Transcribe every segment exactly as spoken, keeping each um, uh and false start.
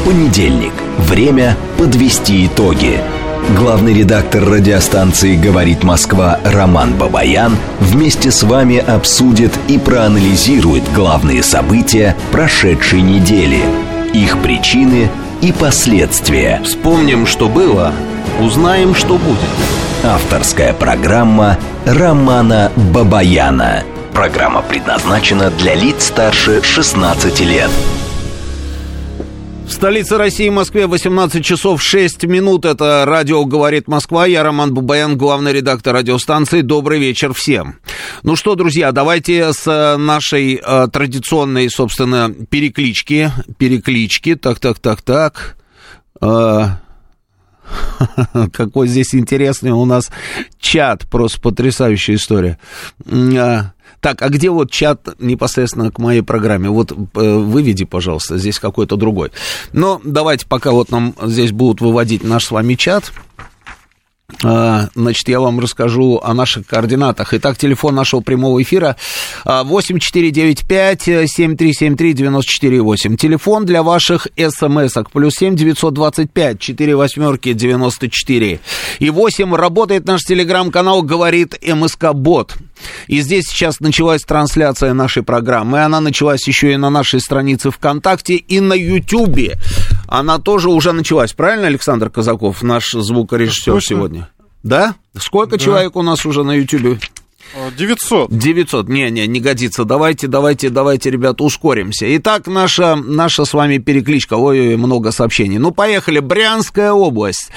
Понедельник. Время подвести итоги. Главный редактор радиостанции «Говорит Москва» Роман Бабаян вместе с вами обсудит и проанализирует главные события прошедшей недели, их причины и последствия. Вспомним, что было, узнаем, что будет. Авторская программа Романа Бабаяна. Программа предназначена для лиц старше шестнадцати лет. В столице России, Москве, восемнадцать часов шесть минут. Это радио «Говорит Москва». Я Роман Бабаян, главный редактор радиостанции. Добрый вечер всем. Ну что, друзья, давайте с нашей э, традиционной, собственно, переклички. Переклички. Так, так, так, так. Э, какой здесь интересный у нас чат. Просто потрясающая история. Э, Так, а где вот чат непосредственно к моей программе? Вот э, выведи, пожалуйста, здесь какой-то другой. Но давайте, пока вот нам здесь будут выводить наш с вами чат, э, значит, я вам расскажу о наших координатах. Итак, телефон нашего прямого эфира восемь четыре девять пять семь три семь три девять четыре восемь. Телефон для ваших смс-ок плюс семь девятьсот двадцать пять четыре восьмерки девяносто четыре. И восемь. Работает наш телеграм-канал «Говорит МСК-бот». И здесь сейчас началась трансляция нашей программы. Она началась еще и на нашей странице ВКонтакте, и на Ютубе. Она тоже уже началась. Правильно, Александр Казаков, наш звукорежиссер сегодня? Да? Сколько да. человек у нас уже на Ютубе? девятьсот. девятьсот. Не-не, не годится. Давайте, давайте, давайте, ребята, ускоримся. Итак, наша, наша с вами перекличка. Ой, много сообщений. Ну, поехали. Брянская область,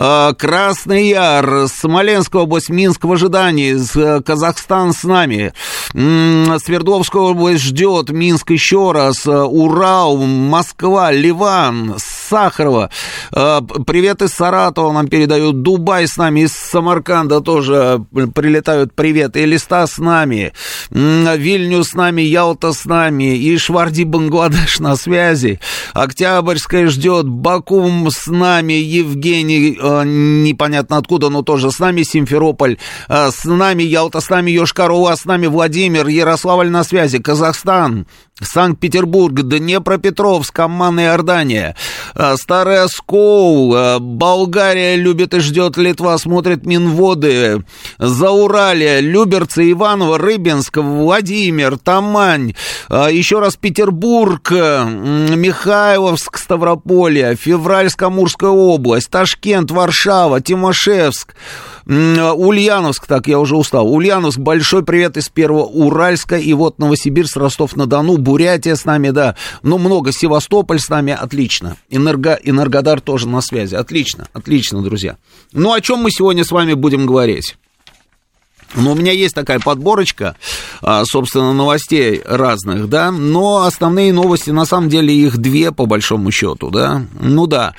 Красный Яр, Смоленская область, Минск в ожидании, Казахстан с нами, Свердловская область ждет, Минск еще раз, Урал, Москва, Ливан, Сахарова. Привет из Саратова нам передают. Дубай с нами, из Самарканда тоже прилетают привет. Элиста с нами, Вильнюс с нами, Ялта с нами, и Шварди, Бангладеш на связи. Октябрьская ждет, Баку с нами, Евгений, э, непонятно откуда, но тоже с нами, Симферополь, э, с нами Ялта, с нами Йошкар-Ола, с нами Владимир, Ярославль на связи, Казахстан, Санкт-Петербург, Днепропетровск, Амман и Иордания, Старый Оскол, Болгария любит и ждет, Литва смотрит, Минводы, Зауралье, Люберцы, Иваново, Рыбинск, Владимир, Тамань, еще раз Петербург, Михайловск, Ставрополье, Февральско-Амурская область, Ташкент, Варшава, Тимошевск, Ульяновск, так, я уже устал. Ульяновск, большой привет из Первого Уральска, и вот Новосибирск, Ростов-на-Дону, Бурятия с нами, да, ну, много, Севастополь с нами, отлично. Энерго, Энергодар тоже на связи, отлично, отлично, друзья. Ну, о чем мы сегодня с вами будем говорить? Ну, у меня есть такая подборочка, собственно, новостей разных, да, но основные новости, на самом деле, их две, по большому счету, да, ну, да,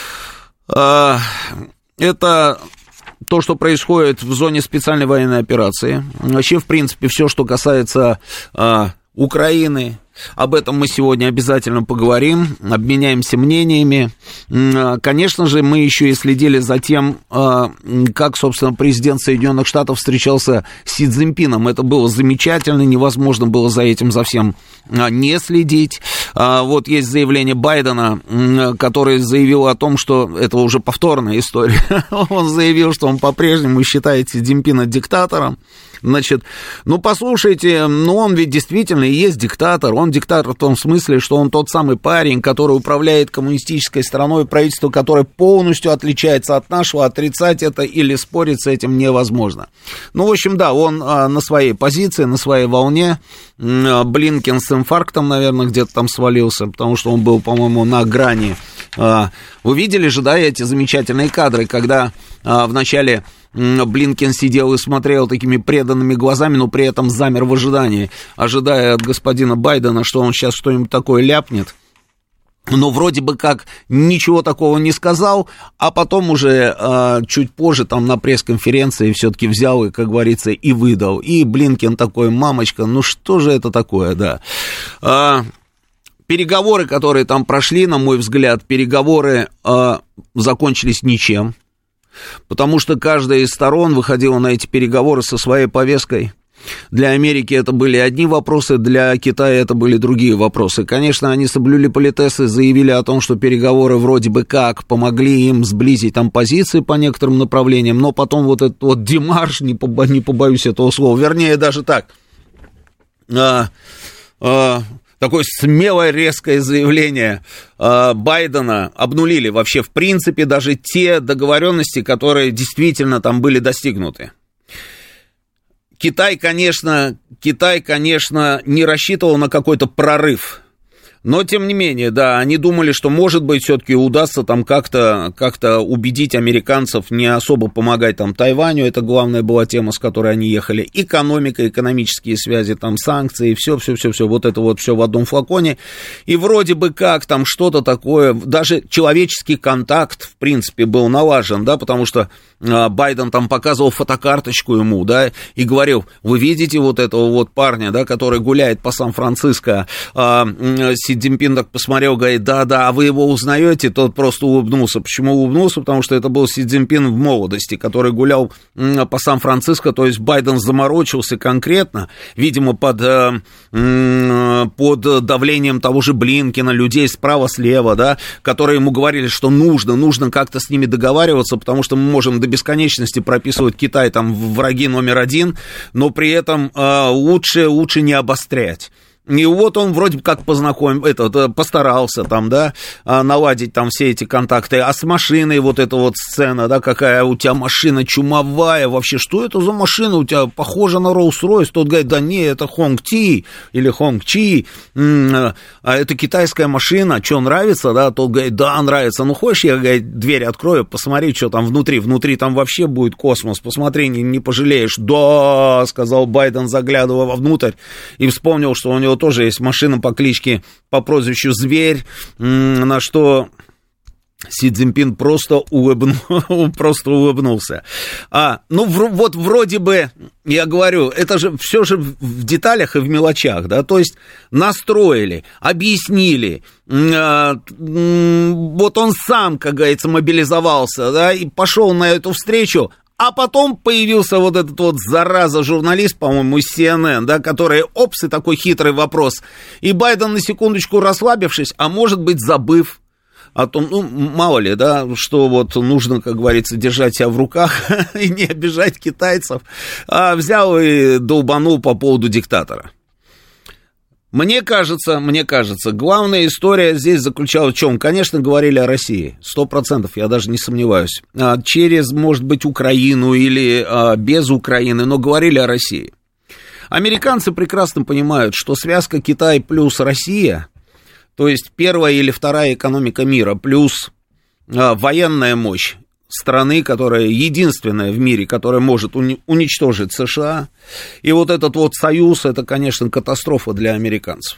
это... то, что происходит в зоне специальной военной операции. Вообще, в принципе, все, что касается а, Украины, об этом мы сегодня обязательно поговорим, обменяемся мнениями. Конечно же, мы еще и следили за тем, как, собственно, президент Соединенных Штатов встречался с Си Цзиньпином. Это было замечательно, невозможно было за этим, за всем не следить. Вот есть заявление Байдена, который заявил о том, что это уже повторная история. Он заявил, что он по-прежнему считает Си Цзиньпина диктатором. Значит, ну, послушайте, ну, он ведь действительно и есть диктатор. Он диктатор в том смысле, что он тот самый парень, который управляет коммунистической страной, правительство, которое полностью отличается от нашего. Отрицать это или спорить с этим невозможно. Ну, в общем, да, он а, на своей позиции, на своей волне. Блинкен с инфарктом, наверное, где-то там свалился, потому что он был, по-моему, на грани. А, вы видели же, да, эти замечательные кадры, когда а, в начале... Блинкен сидел и смотрел такими преданными глазами, но при этом замер в ожидании, ожидая от господина Байдена, что он сейчас что-нибудь такое ляпнет. Но вроде бы как ничего такого не сказал, а потом уже э, чуть позже там на пресс-конференции все-таки взял и, как говорится, и выдал. И Блинкен такой: мамочка, ну что же это такое, да. Э, переговоры, которые там прошли, на мой взгляд, переговоры э, закончились ничем. Потому что каждая из сторон выходила на эти переговоры со своей повесткой. Для Америки это были одни вопросы, для Китая это были другие вопросы. Конечно, они соблюли политес и заявили о том, что переговоры вроде бы как помогли им сблизить там позиции по некоторым направлениям, но потом вот этот вот демарш, не, побо, не побоюсь этого слова, вернее, даже так, а, а, такое смелое, резкое заявление а, Байдена обнулили вообще, в принципе, даже те договоренности, которые действительно там были достигнуты. Китай, конечно, Китай, конечно, не рассчитывал на какой-то прорыв, но, тем не менее, да, они думали, что, может быть, все-таки удастся там как-то, как-то убедить американцев не особо помогать там Тайваню, это главная была тема, с которой они ехали, экономика, экономические связи, там санкции, все-все-все-все, вот это вот все в одном флаконе, и вроде бы как там что-то такое, даже человеческий контакт, в принципе, был налажен, да, потому что а, Байден там показывал фотокарточку ему, да, и говорил, вы видите вот этого вот парня, да, который гуляет по Сан-Франциско, а, Си Цзиньпин так посмотрел, говорит, да-да, а вы его узнаете? Тот просто улыбнулся. Почему улыбнулся? Потому что это был Си Цзиньпин в молодости, который гулял по Сан-Франциско, то есть Байден заморочился конкретно, видимо, под, под давлением того же Блинкена, людей справа-слева, да, которые ему говорили, что нужно, нужно как-то с ними договариваться, потому что мы можем до бесконечности прописывать Китай там враги номер один, но при этом лучше, лучше не обострять. И вот он вроде как познакомил, это, постарался там, да, наладить там все эти контакты, а с машиной вот эта вот сцена, да, какая у тебя машина чумовая, вообще, что это за машина у тебя, похожа на Rolls-Royce, тот говорит, да не, это Hongqi или Hongqi, а это китайская машина, что, нравится, да, тот говорит, да, нравится, ну хочешь, я, говорит, дверь открою, посмотри, что там внутри, внутри там вообще будет космос, посмотри, не, не пожалеешь, да, сказал Байден, заглядывая вовнутрь, и вспомнил, что у него тоже есть машина по кличке, по прозвищу Зверь, на что Си Цзиньпин просто, улыбну, просто улыбнулся. А, ну, в, вот вроде бы, я говорю, это же все же в деталях и в мелочах, да, то есть настроили, объяснили, а, вот он сам, как говорится, мобилизовался, да, и пошел на эту встречу. А потом появился вот этот вот зараза журналист, по-моему, из Си Эн Эн, да, который, опс, и такой хитрый вопрос. И Байден, на секундочку расслабившись, а может быть, забыв о том, ну, мало ли, да, что вот нужно, как говорится, держать себя в руках и не обижать китайцев, а взял и долбанул по поводу диктатора. Мне кажется, мне кажется, главная история здесь заключалась в чем? Конечно, говорили о России, сто процентов, я даже не сомневаюсь. Через, может быть, Украину или без Украины, но говорили о России. Американцы прекрасно понимают, что связка Китай плюс Россия, то есть первая или вторая экономика мира, плюс военная мощь страны, которая единственная в мире, которая может уни- уничтожить США. И вот этот вот союз, это, конечно, катастрофа для американцев.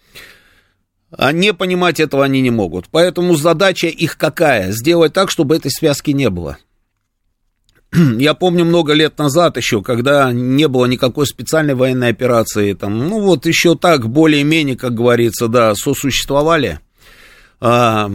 А не понимать этого они не могут. Поэтому задача их какая? Сделать так, чтобы этой связки не было. Я помню много лет назад еще, когда не было никакой специальной военной операции, там, ну вот еще так, более-менее, как говорится, да, сосуществовали. А,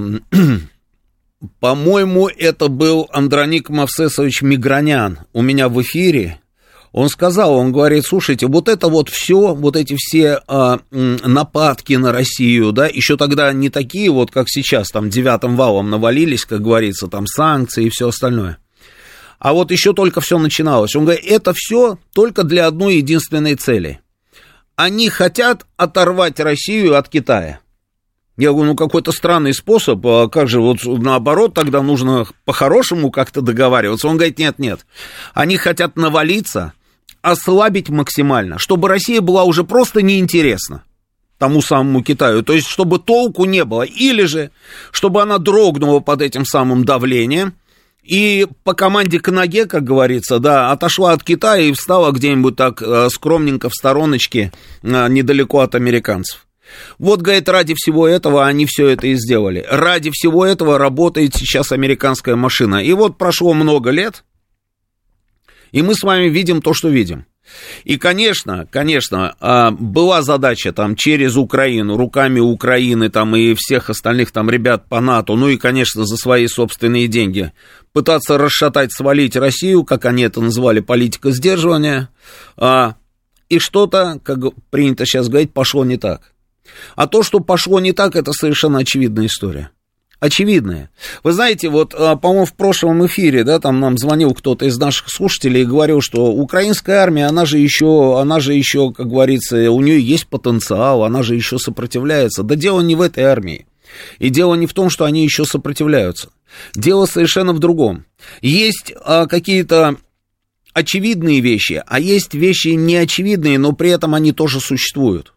по-моему, это был Андроник Мавсесович Мигранян у меня в эфире. Он сказал, он говорит, слушайте, вот это вот все, вот эти все а, нападки на Россию, да, еще тогда не такие вот, как сейчас, там, девятым валом навалились, как говорится, там, санкции и все остальное. А вот еще только все начиналось. Он говорит, это все только для одной единственной цели. Они хотят оторвать Россию от Китая. Я говорю, ну, какой-то странный способ, а как же, вот наоборот, тогда нужно по-хорошему как-то договариваться. Он говорит, нет-нет, они хотят навалиться, ослабить максимально, чтобы Россия была уже просто неинтересна тому самому Китаю, то есть, чтобы толку не было, или же, чтобы она дрогнула под этим самым давлением, и по команде к ноге, как говорится, да, отошла от Китая и встала где-нибудь так скромненько в стороночке, недалеко от американцев. Вот, говорит, ради всего этого они все это и сделали. Ради всего этого работает сейчас американская машина. И вот прошло много лет, и мы с вами видим то, что видим. И, конечно, конечно, была задача там через Украину, руками Украины там и всех остальных там ребят по НАТО, ну и, конечно, за свои собственные деньги, пытаться расшатать, свалить Россию, как они это называли, политика сдерживания, и что-то, как принято сейчас говорить, пошло не так. А то, что пошло не так, это совершенно очевидная история. Очевидная. Вы знаете, вот, по-моему, в прошлом эфире, да, там нам звонил кто-то из наших слушателей и говорил, что украинская армия, она же еще, она же еще, как говорится, у нее есть потенциал, она же еще сопротивляется. Да дело не в этой армии. И дело не в том, что они еще сопротивляются. Дело совершенно в другом. Есть а, какие-то очевидные вещи, а есть вещи неочевидные, но при этом они тоже существуют.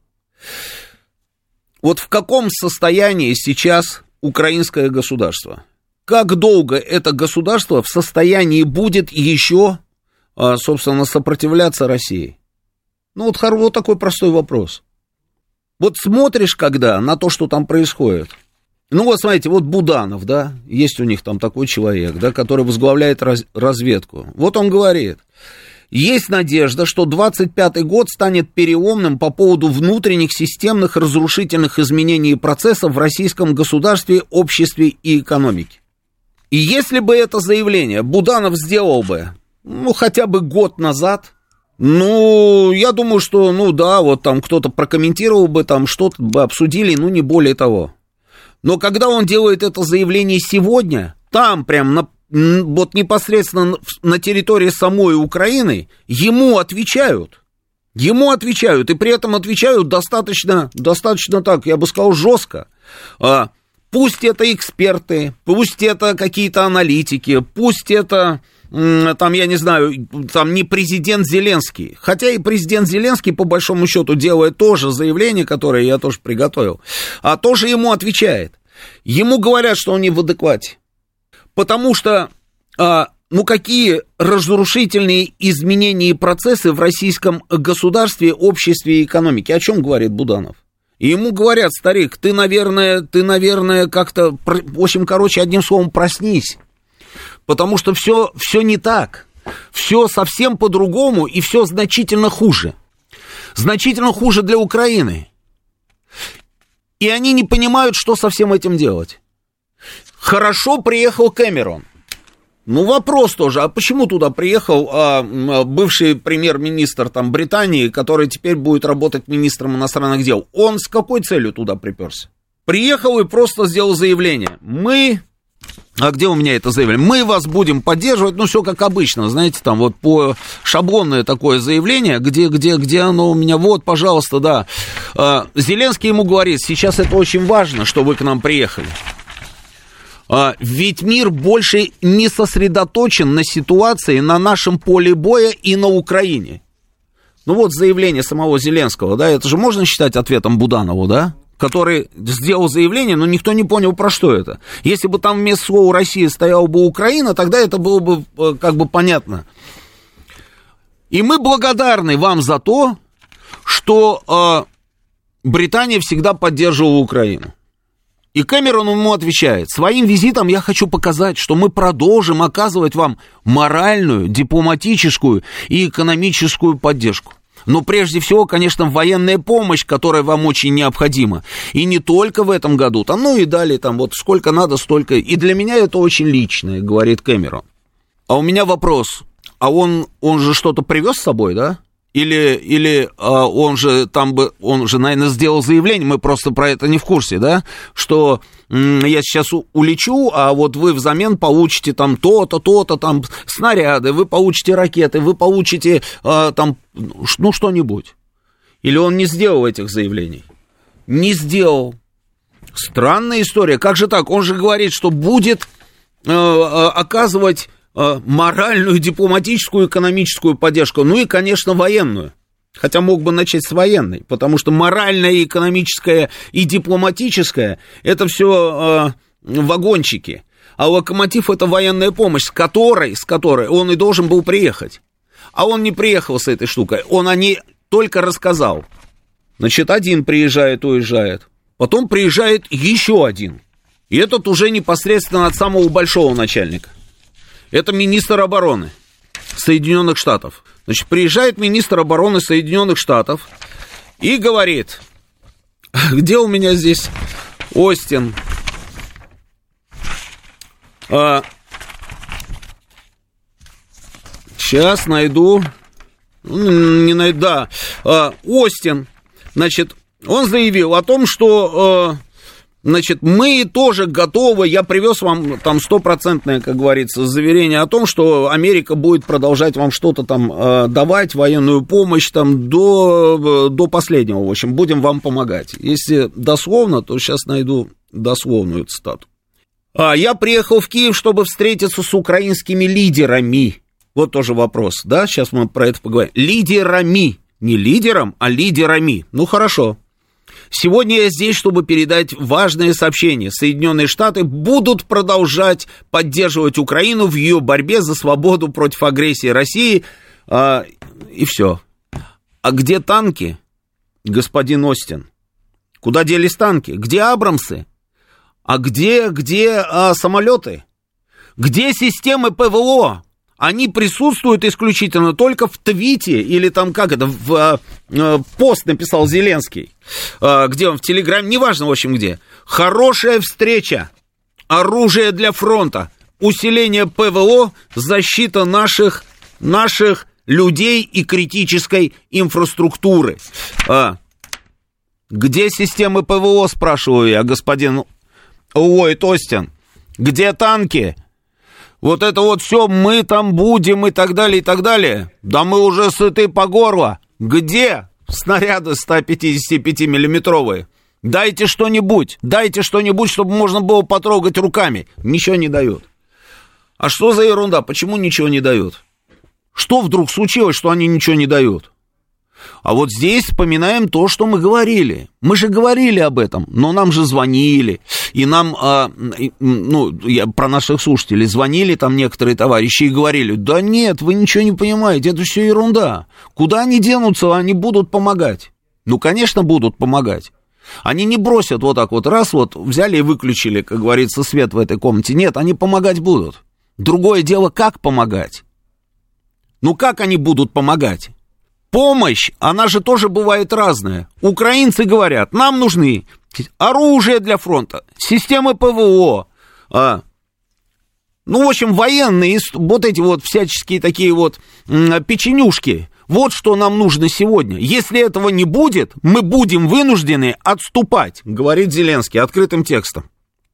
Вот в каком состоянии сейчас украинское государство? Как долго это государство в состоянии будет еще, собственно, сопротивляться России? Ну, вот, вот такой простой вопрос. Вот смотришь, когда на то, что там происходит. Ну, вот смотрите, вот Буданов, да, есть у них там такой человек, да, который возглавляет раз, разведку. Вот он говорит: есть надежда, что двадцать пятый год станет переломным по поводу внутренних системных разрушительных изменений и процессов в российском государстве, обществе и экономике. И если бы это заявление Буданов сделал бы, ну, хотя бы год назад, ну, я думаю, что, ну, да, вот там кто-то прокомментировал бы, там что-то бы обсудили, ну, не более того. Но когда он делает это заявление сегодня, там прям на вот непосредственно на территории самой Украины ему отвечают, ему отвечают, и при этом отвечают достаточно, достаточно так, я бы сказал, жестко. А, пусть это эксперты, пусть это какие-то аналитики, пусть это, там, я не знаю, там не президент Зеленский, хотя и президент Зеленский, по большому счету, делает тоже заявление, которое я тоже приготовил, а тоже ему отвечает. Ему говорят, что он не в адеквате. Потому что, а, ну, какие разрушительные изменения и процессы в российском государстве, обществе и экономике? О чем говорит Буданов? И ему говорят: старик, ты, наверное, ты, наверное, как-то, в общем, короче, одним словом, проснись. Потому что все, все не так. Все совсем по-другому и все значительно хуже. Значительно хуже для Украины. И они не понимают, что со всем этим делать. Хорошо приехал Кэмерон. Ну, вопрос тоже, а почему туда приехал а, бывший премьер-министр там, Британии, который теперь будет работать министром иностранных дел? Он с какой целью туда приперся? Приехал и просто сделал заявление. Мы... А где у меня это заявление? Мы вас будем поддерживать, ну, все как обычно, знаете, там вот по шаблонное такое заявление, где, где, где оно у меня, вот, пожалуйста, да. А, Зеленский ему говорит: сейчас это очень важно, что вы к нам приехали. А, ведь мир больше не сосредоточен на ситуации на нашем поле боя и на Украине. Ну вот заявление самого Зеленского, да, это же можно считать ответом Буданову, да, который сделал заявление, но никто не понял, про что это. Если бы там вместо слова «Россия» стояла бы «Украина», тогда это было бы как бы понятно. И мы благодарны вам за то, что э, Британия всегда поддерживала Украину. И Кэмерон ему отвечает: своим визитом я хочу показать, что мы продолжим оказывать вам моральную, дипломатическую и экономическую поддержку. Но прежде всего, конечно, военная помощь, которая вам очень необходима. И не только в этом году, там, ну и далее, там, вот сколько надо, столько. И для меня это очень личное, говорит Кэмерон. А у меня вопрос: а он, он же что-то привез с собой, да? Или, или а, он же там бы, он же, наверное, сделал заявление, мы просто про это не в курсе, да, что м- я сейчас у- улечу, а вот вы взамен получите там то-то, то-то, там снаряды, вы получите ракеты, вы получите а, там, ну, что-нибудь. Или он не сделал этих заявлений? Не сделал. Странная история. Как же так? Он же говорит, что будет э, э, оказывать моральную, дипломатическую, экономическую поддержку, ну и, конечно, военную. Хотя мог бы начать с военной, потому что моральная, экономическая и дипломатическая — это все э, вагончики. А локомотив — это военная помощь, с которой, с которой он и должен был приехать. А он не приехал с этой штукой, он о ней только рассказал. Значит, один приезжает, уезжает, потом приезжает еще один. И этот уже непосредственно от самого большого начальника. Это министр обороны Соединенных Штатов. Значит, приезжает министр обороны Соединенных Штатов и говорит: где у меня здесь Остин? А, сейчас найду. Не найду, да. Остин, значит, он заявил о том, что, значит, мы тоже готовы, я привез вам там стопроцентное, как говорится, заверение о том, что Америка будет продолжать вам что-то там давать, военную помощь там до, до последнего, в общем, будем вам помогать. Если дословно, то сейчас найду дословную цитату. Я приехал в Киев, чтобы встретиться с украинскими лидерами. Вот тоже вопрос, да, сейчас мы про это поговорим. Лидерами, не лидером, а лидерами. Ну, хорошо. Сегодня я здесь, чтобы передать важное сообщение. Соединенные Штаты будут продолжать поддерживать Украину в ее борьбе за свободу против агрессии России. А, и все. А где танки, господин Остин? Куда делись танки? Где Абрамсы? А где, где а, самолеты? Где системы ПВО? Они присутствуют исключительно только в твите, или там, как это, в э, пост написал Зеленский, э, где он, в Телеграме, неважно, в общем, где. Хорошая встреча, оружие для фронта, усиление ПВО, защита наших, наших людей и критической инфраструктуры. Э, где системы ПВО, спрашиваю я, господин Уойт Остин? Где танки? Вот это вот все, мы там будем и так далее, и так далее. Да мы уже сыты по горло. Где снаряды сто пятьдесят пять миллиметровые? Дайте что-нибудь, дайте что-нибудь, чтобы можно было потрогать руками. Ничего не дают. А что за ерунда? Почему ничего не дают? Что вдруг случилось, что они ничего не дают? А вот здесь вспоминаем то, что мы говорили. Мы же говорили об этом, но нам же звонили. И нам, а, ну, я про наших слушателей, звонили там некоторые товарищи и говорили: да нет, вы ничего не понимаете, это все ерунда. Куда они денутся, они будут помогать. Ну, конечно, будут помогать. Они не бросят вот так вот, раз вот взяли и выключили, как говорится, свет в этой комнате. Нет, они помогать будут. Другое дело, как помогать. Ну, как они будут помогать? Помощь, она же тоже бывает разная. Украинцы говорят: нам нужны оружие для фронта, системы ПВО, а, ну, в общем, военные, вот эти вот всяческие такие вот м, печенюшки. Вот что нам нужно сегодня. Если этого не будет, мы будем вынуждены отступать, говорит Зеленский открытым текстом.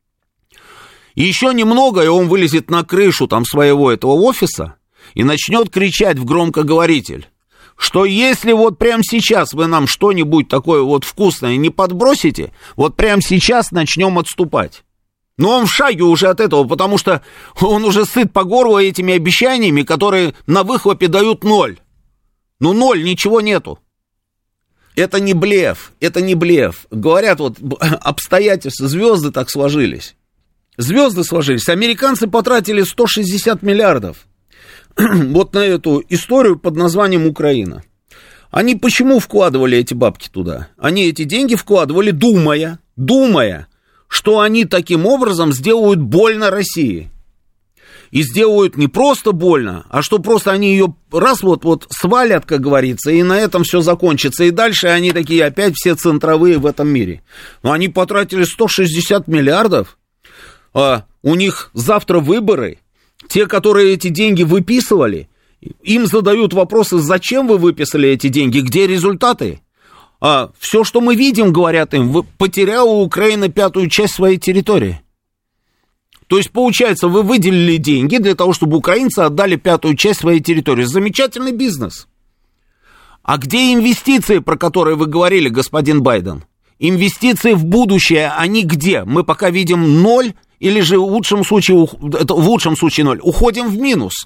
И еще немного, и он вылезет на крышу там своего этого офиса и начнет кричать в громкоговоритель, что если вот прямо сейчас вы нам что-нибудь такое вот вкусное не подбросите, вот прямо сейчас начнем отступать. Но он в шаге уже от этого, потому что он уже сыт по горло этими обещаниями, которые на выхлопе дают ноль. Ну, ноль, ничего нету. Это не блеф, это не блеф. Говорят, вот обстоятельства, звезды так сложились. Звезды сложились. Американцы потратили сто шестьдесят миллиардов. Вот на эту историю под названием Украина. Они почему вкладывали эти бабки туда? Они эти деньги вкладывали, думая, думая, что они таким образом сделают больно России. И сделают не просто больно, а что просто они ее раз вот-вот свалят, как говорится, и на этом все закончится. И дальше они такие опять все центровые в этом мире. Но они потратили сто шестьдесят миллиардов, а у них завтра выборы. Те, которые эти деньги выписывали, им задают вопросы: зачем вы выписали эти деньги, где результаты? А все, что мы видим, говорят им, потеряла Украина пятую часть своей территории. То есть, получается, вы выделили деньги для того, чтобы украинцы отдали пятую часть своей территории. Замечательный бизнес. А где инвестиции, про которые вы говорили, господин Байден? Инвестиции в будущее, они где? Мы пока видим ноль, или же в лучшем случае, это в лучшем случае ноль, уходим в минус.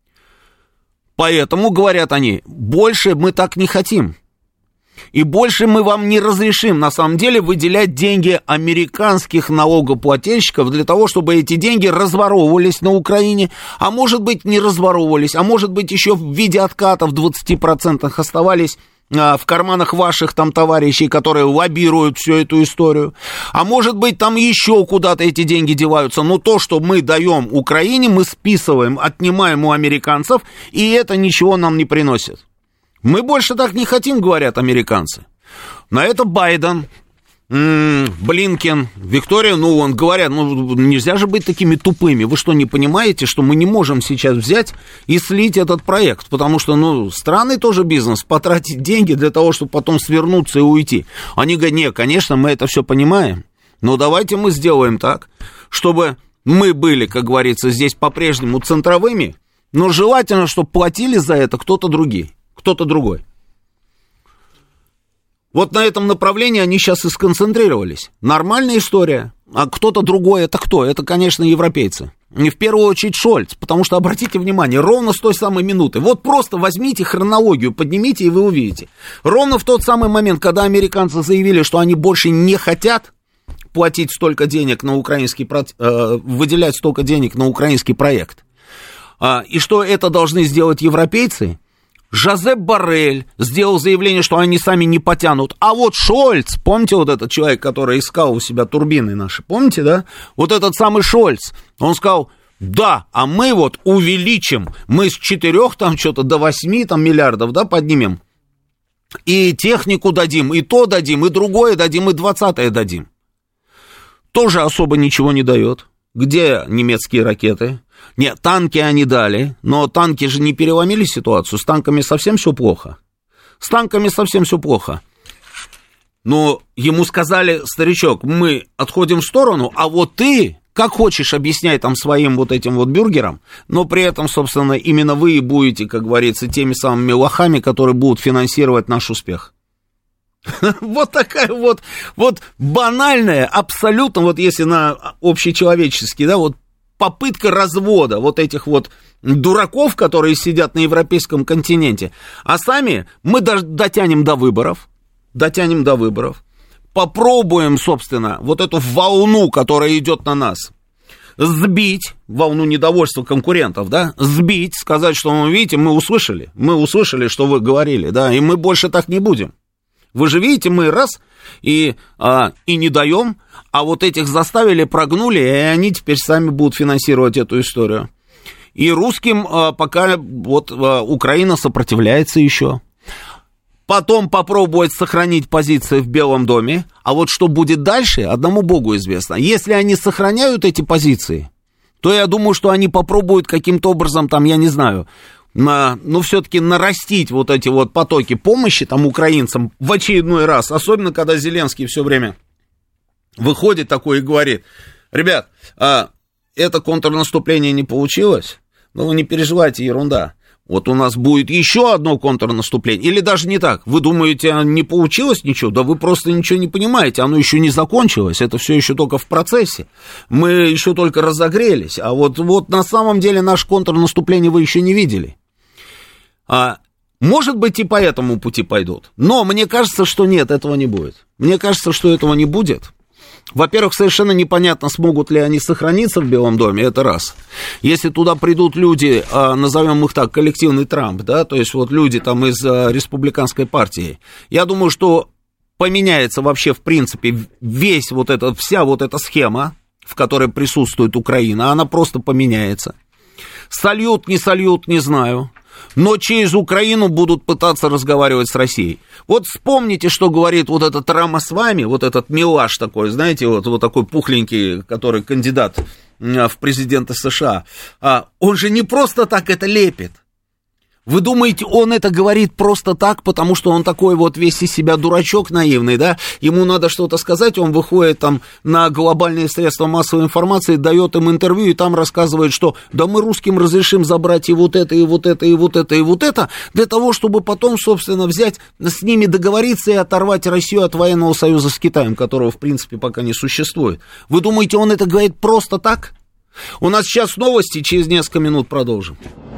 Поэтому, говорят они, больше мы так не хотим. И больше мы вам не разрешим, на самом деле, выделять деньги американских налогоплательщиков для того, чтобы эти деньги разворовывались на Украине, а может быть, не разворовывались, а может быть, еще в виде откатов двадцать процентов оставались а, в карманах ваших там товарищей, которые лоббируют всю эту историю. А может быть, там еще куда-то эти деньги деваются. Но то, что мы даем Украине, мы списываем, отнимаем у американцев, и это ничего нам не приносит. Мы больше так не хотим, говорят американцы. На это Байден Блинкен, Виктория, ну, он говорят, ну, нельзя же быть такими тупыми. Вы что, не понимаете, что мы не можем сейчас взять и слить этот проект? Потому что, ну, странный тоже бизнес, потратить деньги для того, чтобы потом свернуться и уйти. Они говорят, нет, конечно, мы это все понимаем, но давайте мы сделаем так, чтобы мы были, как говорится, здесь по-прежнему центровыми, но желательно, чтобы платили за это кто-то другой, кто-то другой. Вот на этом направлении они сейчас и сконцентрировались. Нормальная история. А кто-то другой, это кто? Это, конечно, европейцы. И в первую очередь Шольц. Потому что, обратите внимание, ровно с той самой минуты. Вот просто возьмите хронологию, поднимите, и вы увидите. Ровно в тот самый момент, когда американцы заявили, что они больше не хотят платить столько денег на украинский, э, выделять столько денег на украинский проект, э, и что это должны сделать европейцы, Жозеп Боррель сделал заявление, что они сами не потянут. А вот Шольц, помните вот этот человек, который искал у себя турбины наши, помните, да? Вот этот самый Шольц, он сказал, да, а мы вот увеличим, мы с четырех там что-то до восьми там миллиардов, да, поднимем. И технику дадим, и то дадим, и другое дадим, и двадцатое дадим. Тоже особо ничего не дает. Где немецкие ракеты? Нет, танки они дали, но танки же не переломили ситуацию, с танками совсем все плохо. С танками совсем все плохо. Но ему сказали, старичок, мы отходим в сторону, а вот ты, как хочешь, объясняй там своим вот этим вот бюргерам, но при этом, собственно, именно вы и будете, как говорится, теми самыми лохами, которые будут финансировать наш успех. Вот такая вот, вот банальная, абсолютно, вот если на общечеловеческий, да, вот попытка развода вот этих вот дураков, которые сидят на европейском континенте, а сами мы даже дотянем до выборов, дотянем до выборов, попробуем, собственно, вот эту волну, которая идет на нас, сбить, волну недовольства конкурентов, да, сбить, сказать, что, ну, видите, мы услышали, мы услышали, что вы говорили, да, и мы больше так не будем. Вы же видите, мы раз и, а, и не даем, а вот этих заставили, прогнули, и они теперь сами будут финансировать эту историю. И русским а, пока вот а, Украина сопротивляется еще. Потом попробовать сохранить позиции в Белом доме, а вот что будет дальше, одному Богу известно. Если они сохраняют эти позиции, то я думаю, что они попробуют каким-то образом, там, я не знаю, на, ну, все-таки нарастить вот эти вот потоки помощи там украинцам в очередной раз, особенно когда Зеленский все время выходит такой и говорит, ребят, а, это контрнаступление не получилось, но вы не переживайте, ерунда, вот у нас будет еще одно контрнаступление, или даже не так, вы думаете, не получилось ничего, да вы просто ничего не понимаете, оно еще не закончилось, это все еще только в процессе, мы еще только разогрелись, а вот, вот на самом деле наше контрнаступление вы еще не видели. А, может быть, и по этому пути пойдут. Но мне кажется, что нет, этого не будет. Мне кажется, что этого не будет. Во-первых, совершенно непонятно, смогут ли они сохраниться в Белом доме, это раз. Если туда придут люди, назовем их так, коллективный Трамп, да, то есть вот люди там из республиканской партии, я думаю, что поменяется вообще, в принципе, весь вот это, вся вот эта схема, в которой присутствует Украина, она просто поменяется. Сольют, не сольют, не знаю. Но через Украину будут пытаться разговаривать с Россией. Вот вспомните, что говорит вот этот Рамасвами, вот этот милаш такой, знаете, вот, вот такой пухленький, который кандидат в президенты США. Он же не просто так это лепит. Вы думаете, он это говорит просто так, потому что он такой вот весь из себя дурачок наивный, да? Ему надо что-то сказать, он выходит там на глобальные средства массовой информации, дает им интервью и там рассказывает, что да мы русским разрешим забрать и вот это, и вот это, и вот это, и вот это, для того, чтобы потом, собственно, взять, с ними договориться и оторвать Россию от военного союза с Китаем, которого, в принципе, пока не существует. Вы думаете, он это говорит просто так? У нас сейчас новости, через несколько минут продолжим.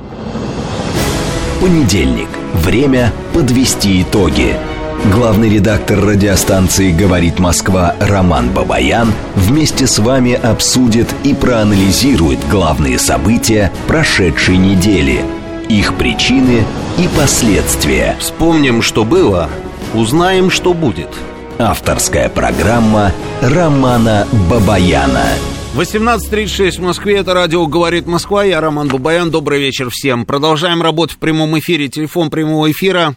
Понедельник. Время подвести итоги. Главный редактор радиостанции «Говорит Москва» Роман Бабаян вместе с вами обсудит и проанализирует главные события прошедшей недели, их причины и последствия. Вспомним, что было, узнаем, что будет. Авторская программа Романа Бабаяна. восемнадцать тридцать шесть в Москве, это радио «Говорит Москва», я Роман Бабаян, добрый вечер всем. Продолжаем работать в прямом эфире, телефон прямого эфира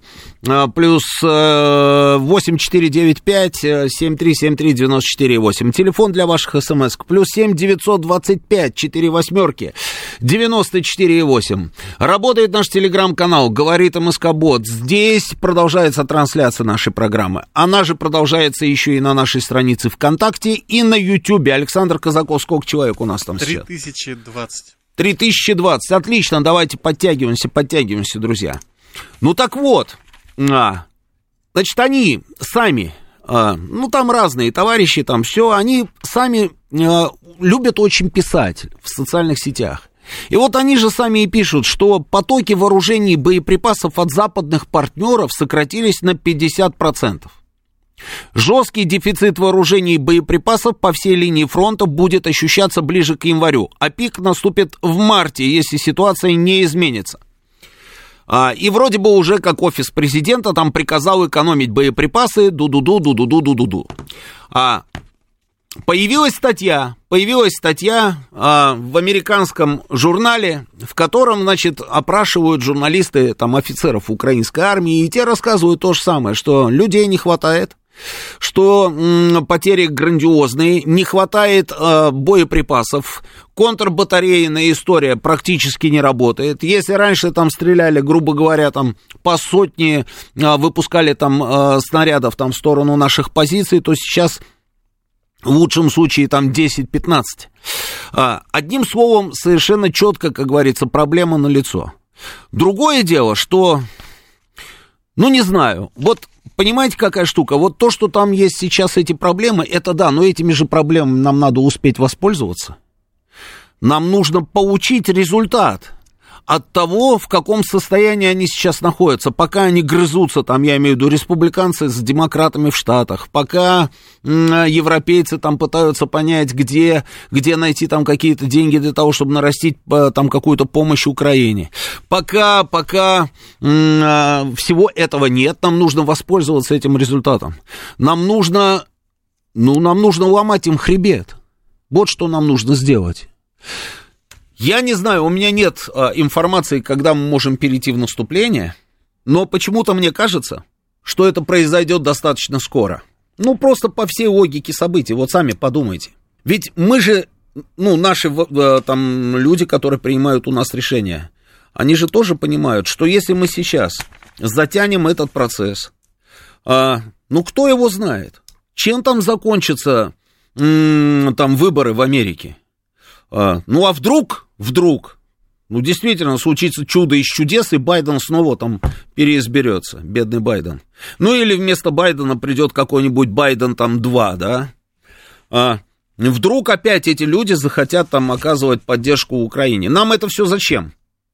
плюс восемь четыре девять пять семь три семь три девяносто четыре восемь. Телефон для ваших смс. Плюс семь девятьсот двадцать пять четыре восьмерки девяносто четыре восемь. Работает наш телеграм-канал «Говорит МСК-бот». Здесь продолжается трансляция нашей программы. Она же продолжается еще и на нашей странице ВКонтакте и на Ютьюбе. Александр Казаков, сколько человек у нас там сейчас? три тысячи двадцать. три тысячи двадцать. Отлично, давайте подтягиваемся, подтягиваемся, друзья. Ну так вот, а, значит, они сами, а, ну там разные товарищи, там все, они сами а, любят очень писать в социальных сетях. И вот они же сами и пишут, что потоки вооружений и боеприпасов от западных партнеров сократились на пятьдесят процентов. Жесткий дефицит вооружений и боеприпасов по всей линии фронта будет ощущаться ближе к январю, а пик наступит в марте, если ситуация не изменится. А, и вроде бы уже как офис президента там приказал экономить боеприпасы, ду-ду-ду, ду-ду-ду, ду-ду-ду. А, появилась статья, появилась статья а, в американском журнале, в котором, значит, опрашивают журналисты, там, офицеров украинской армии, и те рассказывают то же самое, что людей не хватает, что м, потери грандиозные, не хватает э, боеприпасов, контрбатарейная история практически не работает. Если раньше там стреляли, грубо говоря, там по сотне, э, выпускали там э, снарядов там в сторону наших позиций, то сейчас в лучшем случае там десять-пятнадцать. Э, одним словом, совершенно четко, как говорится, проблема налицо. Другое дело, что, ну не знаю, вот понимаете, какая штука? Вот то, что там есть сейчас эти проблемы, это да, но этими же проблемами нам надо успеть воспользоваться. Нам нужно получить результат от того, в каком состоянии они сейчас находятся. Пока они грызутся, там, я имею в виду, республиканцы с демократами в Штатах, пока м, европейцы там пытаются понять, где, где найти там какие-то деньги для того, чтобы нарастить там какую-то помощь Украине. Пока, пока м, всего этого нет, нам нужно воспользоваться этим результатом. Нам нужно, ну, нам нужно ломать им хребет. Вот что нам нужно сделать. Я не знаю, у меня нет а, информации, когда мы можем перейти в наступление, но почему-то мне кажется, что это произойдет достаточно скоро. Ну, просто по всей логике событий, вот сами подумайте. Ведь мы же, ну, наши там люди, которые принимают у нас решения, они же тоже понимают, что если мы сейчас затянем этот процесс, а, ну, кто его знает, чем там закончатся м- там выборы в Америке? А, ну, а вдруг, вдруг, ну, действительно, случится чудо из чудес, и Байден снова там переизберется, бедный Байден. Ну, или вместо Байдена придет какой-нибудь Байден там два, да? А, вдруг опять эти люди захотят там оказывать поддержку Украине. Нам это все зачем?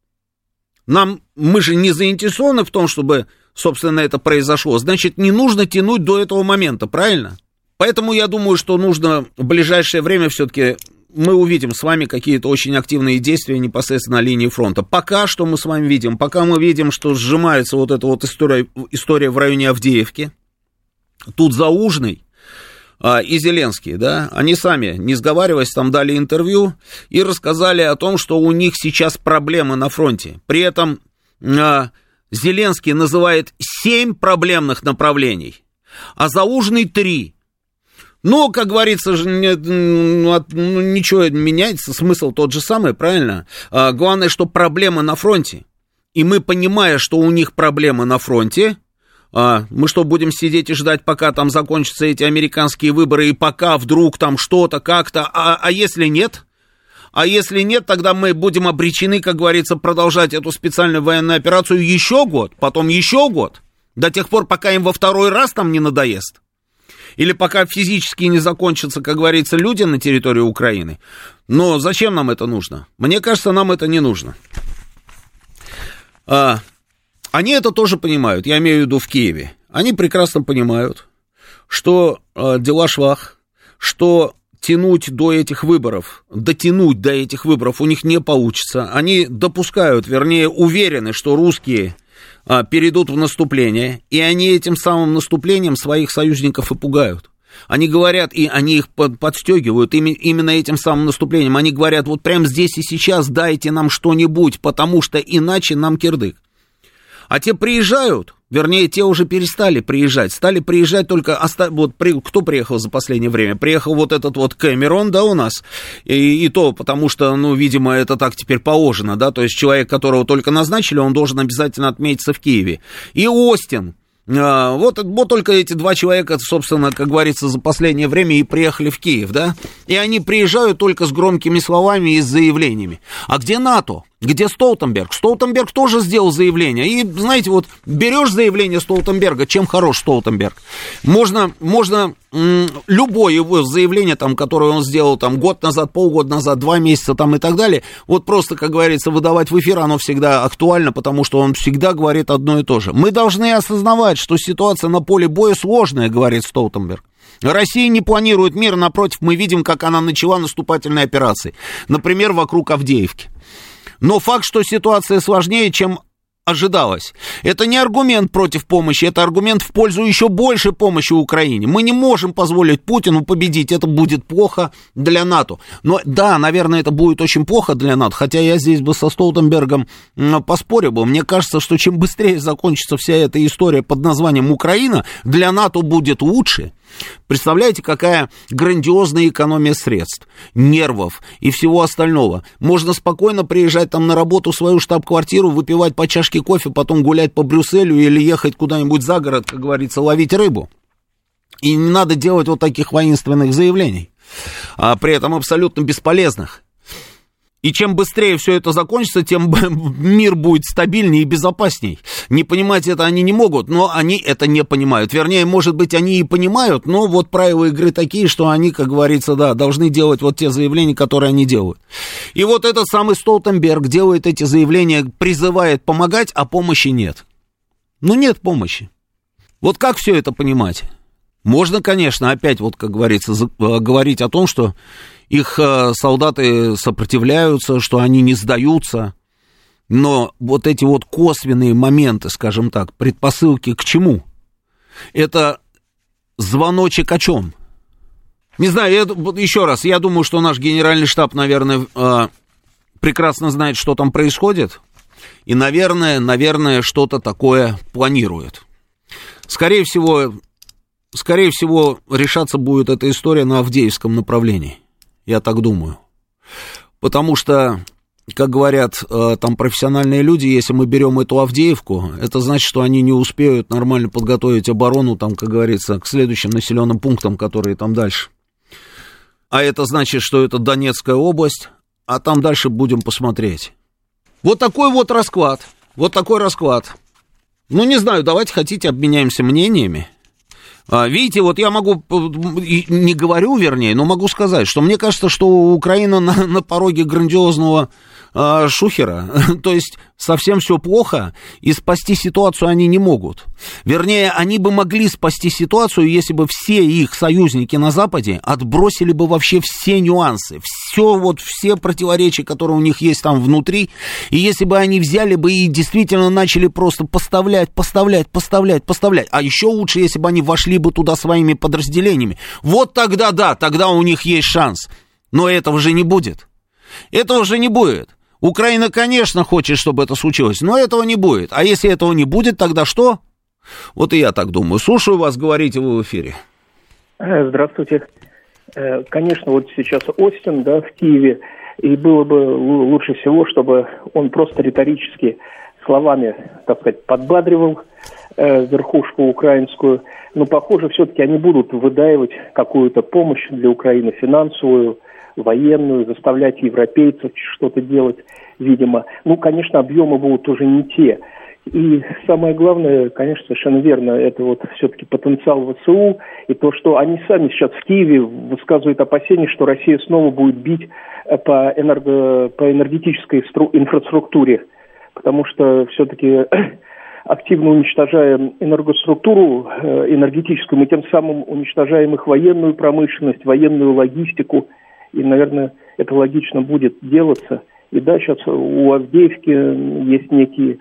Нам, мы же не заинтересованы в том, чтобы, собственно, это произошло. Значит, не нужно тянуть до этого момента, правильно? Поэтому я думаю, что нужно в ближайшее время все-таки... мы увидим с вами какие-то очень активные действия непосредственно на линии фронта. Пока что мы с вами видим, пока мы видим, что сжимается вот эта вот история, история в районе Авдеевки, тут Залужный а, и Зеленский, да, они сами, не сговариваясь, там дали интервью и рассказали о том, что у них сейчас проблемы на фронте. При этом а, Зеленский называет семь проблемных направлений, а Залужный три. Но, как говорится, ничего не меняется, смысл тот же самый, правильно? А, главное, что проблемы на фронте. И мы, понимая, что у них проблемы на фронте, а, мы что, будем сидеть и ждать, пока там закончатся эти американские выборы, и пока вдруг там что-то, как-то, а, а если нет? А если нет, тогда мы будем обречены, как говорится, продолжать эту специальную военную операцию еще год, потом еще год, до тех пор, пока им во второй раз там не надоест. Или пока физически не закончатся, как говорится, люди на территории Украины. Но зачем нам это нужно? Мне кажется, нам это не нужно. А, они это тоже понимают, я имею в виду в Киеве. Они прекрасно понимают, что а, дела швах, что тянуть до этих выборов, дотянуть до этих выборов у них не получится. Они допускают, вернее, уверены, что русские... перейдут в наступление, и они этим самым наступлением своих союзников и пугают. Они говорят, и они их подстегивают именно этим самым наступлением. Они говорят, вот прямо здесь и сейчас дайте нам что-нибудь, потому что иначе нам кирдык. А те приезжают, Вернее, те уже перестали приезжать. Стали приезжать только... Оста... Вот при... Кто приехал за последнее время? Приехал вот этот вот Кэмерон, да, у нас. И, и то, потому что, ну, видимо, это так теперь положено, да. То есть человек, которого только назначили, он должен обязательно отметиться в Киеве. И Остин. А, вот, вот только эти два человека, собственно, как говорится, за последнее время и приехали в Киев, да. И они приезжают только с громкими словами и с заявлениями. А где НАТО? Где Столтенберг? Столтенберг тоже сделал заявление. И, знаете, вот берешь заявление Столтенберга, чем хорош Столтенберг? Можно, можно м- любое его заявление, там, которое он сделал там, год назад, полгода назад, два месяца там, и так далее, вот просто, как говорится, выдавать в эфир, оно всегда актуально, потому что он всегда говорит одно и то же. Мы должны осознавать, что ситуация на поле боя сложная, говорит Столтенберг. Россия не планирует мир, напротив, мы видим, как она начала наступательные операции. Например, вокруг Авдеевки. Но факт, что ситуация сложнее, чем ожидалось. Это не аргумент против помощи, это аргумент в пользу еще большей помощи Украине. Мы не можем позволить Путину победить, это будет плохо для НАТО. Но да, наверное, это будет очень плохо для НАТО, хотя я здесь бы со Столтенбергом поспорил бы. Мне кажется, что чем быстрее закончится вся эта история под названием Украина, для НАТО будет лучше. Представляете, какая грандиозная экономия средств, нервов и всего остального. Можно спокойно приезжать там на работу в свою штаб-квартиру, выпивать по чашке кофе, потом гулять по Брюсселю или ехать куда-нибудь за город, как говорится, ловить рыбу. И не надо делать вот таких воинственных заявлений, а при этом абсолютно бесполезных. И чем быстрее все это закончится, тем мир будет стабильнее и безопасней. Не понимать это они не могут, но они это не понимают. Вернее, может быть, они и понимают, но вот правила игры такие, что они, как говорится, да, должны делать вот те заявления, которые они делают. И вот этот самый Столтенберг делает эти заявления, призывает помогать, а помощи нет. Ну, нет помощи. Вот как все это понимать? Можно, конечно, опять, вот, как говорится, говорить о том, что их солдаты сопротивляются, что они не сдаются. Но вот эти вот косвенные моменты, скажем так, предпосылки к чему? Это звоночек о чем? Не знаю, я, еще раз, я думаю, что наш генеральный штаб, наверное, прекрасно знает, что там происходит. И, наверное, наверное, что-то такое планирует. Скорее всего, скорее всего, решаться будет эта история на Авдеевском направлении. Я так думаю. Потому что, как говорят там профессиональные люди, если мы берем эту Авдеевку, это значит, что они не успеют нормально подготовить оборону, там, как говорится, к следующим населенным пунктам, которые там дальше. А это значит, что это Донецкая область, а там дальше будем посмотреть. Вот такой вот расклад. Вот такой расклад. Ну, не знаю, давайте, хотите, обменяемся мнениями. Видите, вот я могу, не говорю, вернее, но могу сказать, что мне кажется, что Украина на, на пороге грандиозного э, шухера, то есть совсем все плохо, и спасти ситуацию они не могут. Вернее, они бы могли спасти ситуацию, если бы все их союзники на Западе отбросили бы вообще все нюансы, все вот, все противоречия, которые у них есть там внутри, и если бы они взяли бы и действительно начали просто поставлять, поставлять, поставлять, поставлять, а еще лучше, если бы они вошли бы туда своими подразделениями, вот тогда да, тогда у них есть шанс, но этого же не будет, этого же не будет. Украина, конечно, хочет, чтобы это случилось, но этого не будет. А если этого не будет, тогда что? Вот и я так думаю. Слушаю вас, говорите вы в эфире. Здравствуйте. Конечно, вот сейчас Остин, да, в Киеве, и было бы лучше всего, чтобы он просто риторически словами, так сказать, подбадривал э, верхушку украинскую. Но, похоже, все-таки они будут выдаивать какую-то помощь для Украины, финансовую, военную, заставлять европейцев что-то делать, видимо. Ну, конечно, объемы будут уже не те. И самое главное, конечно, совершенно верно, это вот все-таки потенциал ВСУ, и то, что они сами сейчас в Киеве высказывают опасения, что Россия снова будет бить по, энерго, по энергетической инфраструктуре, потому что все-таки активно уничтожая энергоструктуру энергетическую, мы тем самым уничтожаем их военную промышленность, военную логистику, и, наверное, это логично будет делаться. И да, сейчас у Авдеевки есть некий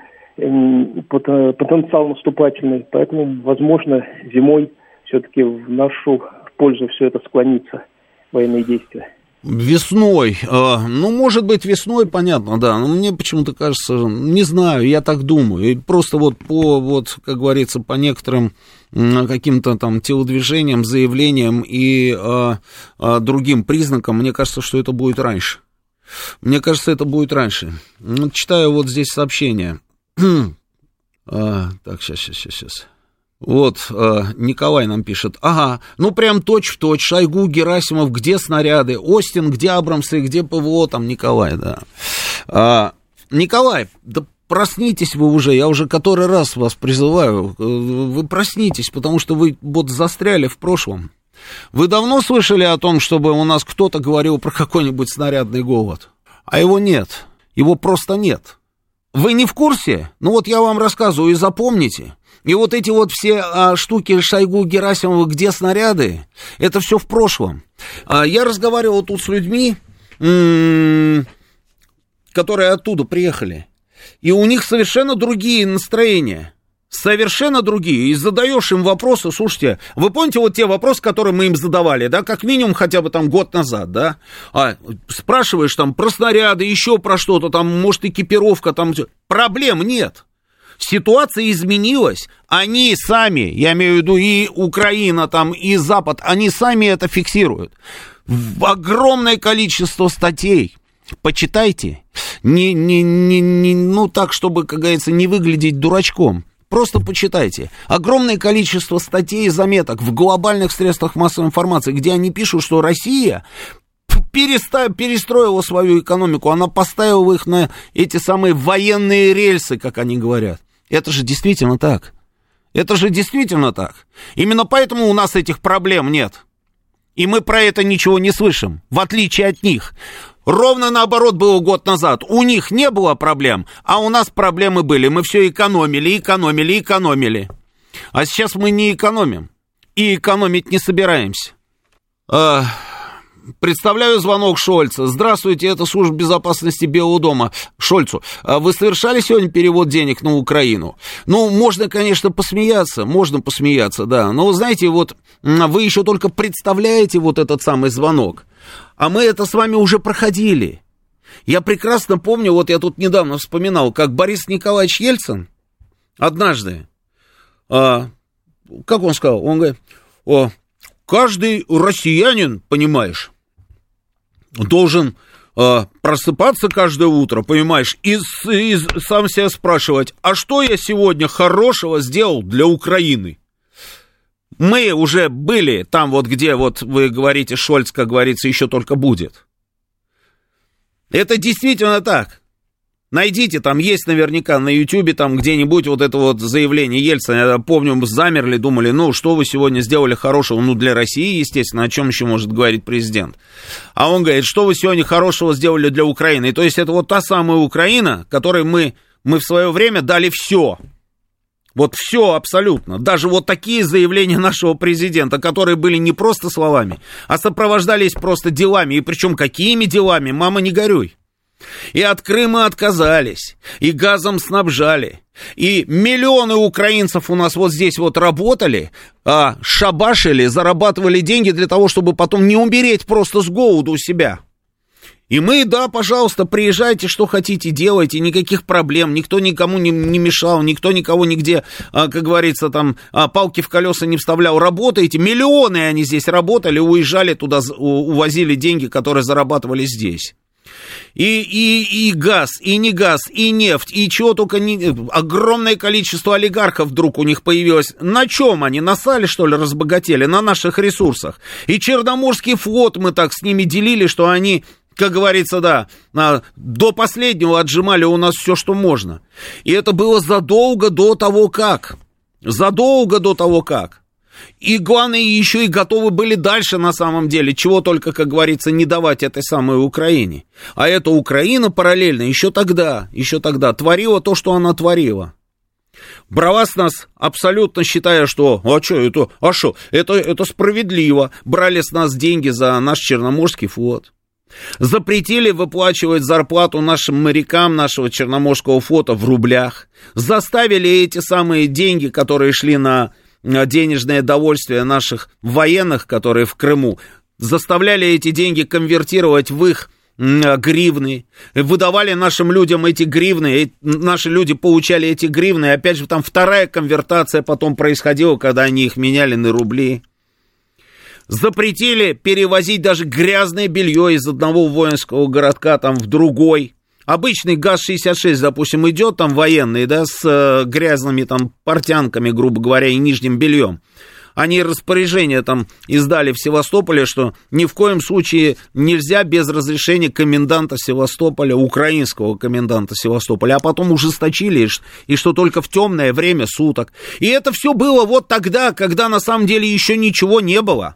потенциал наступательный, поэтому, возможно, зимой все-таки в нашу пользу все это склонится, военные действия. Весной, ну, может быть, весной, понятно, да, но мне почему-то кажется, не знаю, я так думаю, и просто вот по, вот, как говорится, по некоторым каким-то там телодвижениям, заявлениям и а, а, другим признакам, мне кажется, что это будет раньше. Мне кажется, это будет раньше. Вот, читаю вот здесь сообщение. а, так, сейчас, сейчас, сейчас, сейчас. Вот, э, Николай нам пишет, ага, ну прям точь-в-точь, Шойгу, Герасимов, где снаряды, Остин, где Абрамсы, где ПВО, там Николай, да. А, Николай, да проснитесь вы уже, я уже который раз вас призываю, вы проснитесь, потому что вы вот застряли в прошлом. Вы давно слышали о том, чтобы у нас кто-то говорил про какой-нибудь снарядный голод? А его нет, его просто нет. Вы не в курсе? Ну вот я вам рассказываю и запомните. И вот эти вот все а, штуки Шойгу, Герасимова, где снаряды, это все в прошлом. А, я разговаривал тут с людьми, м-м, которые оттуда приехали, и у них совершенно другие настроения, совершенно другие. И задаешь им вопросы, слушайте, вы помните вот те вопросы, которые мы им задавали, да, как минимум хотя бы там год назад, да, а, спрашиваешь там про снаряды, еще про что-то, там, может, экипировка, там, проблем нет. Ситуация изменилась, они сами, я имею в виду и Украина, там, и Запад, они сами это фиксируют. Огромное количество статей, почитайте, не, не, не, не, ну так, чтобы, как говорится, не выглядеть дурачком. Просто почитайте. Огромное количество статей и заметок в глобальных средствах массовой информации, где они пишут, что Россия переста- перестроила свою экономику, она поставила их на эти самые военные рельсы, как они говорят. Это же действительно так. Это же действительно так. Именно поэтому у нас этих проблем нет. И мы про это ничего не слышим, в отличие от них. Ровно наоборот было год назад. У них не было проблем, а у нас проблемы были. Мы все экономили, экономили, экономили. А сейчас мы не экономим. И экономить не собираемся. А... Представляю звонок Шольца. Здравствуйте, это служба безопасности Белого дома. Шольцу, вы совершали сегодня перевод денег на Украину? Ну, можно, конечно, посмеяться, можно посмеяться, да. Но, вы знаете, вот вы еще только представляете вот этот самый звонок. А мы это с вами уже проходили. Я прекрасно помню, вот я тут недавно вспоминал, как Борис Николаевич Ельцин однажды, а, как он сказал, он говорит, о, каждый россиянин, понимаешь, должен э, просыпаться каждое утро, понимаешь, и, и сам себя спрашивать, а что я сегодня хорошего сделал для Украины? Мы уже были там вот, где вот вы говорите, Шольц, как говорится, еще только будет. Это действительно так. Найдите, там есть наверняка на Ютьюбе, там где-нибудь вот это вот заявление Ельцина. Я помню, мы замерли, думали, ну, что вы сегодня сделали хорошего? Ну, для России, естественно, о чем еще может говорить президент? А он говорит, что вы сегодня хорошего сделали для Украины? И то есть это вот та самая Украина, которой мы, мы в свое время дали все. Вот все абсолютно. Даже вот такие заявления нашего президента, которые были не просто словами, а сопровождались просто делами. И причем какими делами? Мама, не горюй. И от Крыма отказались, и газом снабжали, и миллионы украинцев у нас вот здесь вот работали, а, шабашили, зарабатывали деньги для того, чтобы потом не умереть просто с голоду у себя. И мы, да, пожалуйста, приезжайте, что хотите, делайте, никаких проблем, никто никому не, не мешал, никто никого нигде, а, как говорится, там, а, палки в колеса не вставлял, работаете, миллионы они здесь работали, уезжали туда, увозили деньги, которые зарабатывали здесь. И, и, и газ, и не газ, и нефть, и чего только не... Огромное количество олигархов вдруг у них появилось. На чем они? На сале, что ли, разбогатели? На наших ресурсах. И Черноморский флот мы так с ними делили, что они, как говорится, да, до последнего отжимали у нас все, что можно. И это было задолго до того, как. Задолго до того, как. И главное, еще и готовы были дальше на самом деле, чего только, как говорится, не давать этой самой Украине. А эта Украина параллельно еще тогда, еще тогда творила то, что она творила. Брала с нас, абсолютно считая, что, а что, это, а что, это, это справедливо. Брали с нас деньги за наш Черноморский флот. Запретили выплачивать зарплату нашим морякам нашего Черноморского флота в рублях. Заставили эти самые деньги, которые шли на денежное довольствие наших военных, которые в Крыму, заставляли эти деньги конвертировать в их гривны, выдавали нашим людям эти гривны, наши люди получали эти гривны, и опять же там вторая конвертация потом происходила, когда они их меняли на рубли. Запретили перевозить даже грязное белье из одного воинского городка там в другой. Обычный ГАЗ шестьдесят шесть, допустим, идет там военный, да, с э, грязными там портянками, грубо говоря, и нижним бельем. Они распоряжение там издали в Севастополе, что ни в коем случае нельзя без разрешения коменданта Севастополя, украинского коменданта Севастополя, а потом ужесточили, и что только в темное время суток. И это все было вот тогда, когда на самом деле еще ничего не было.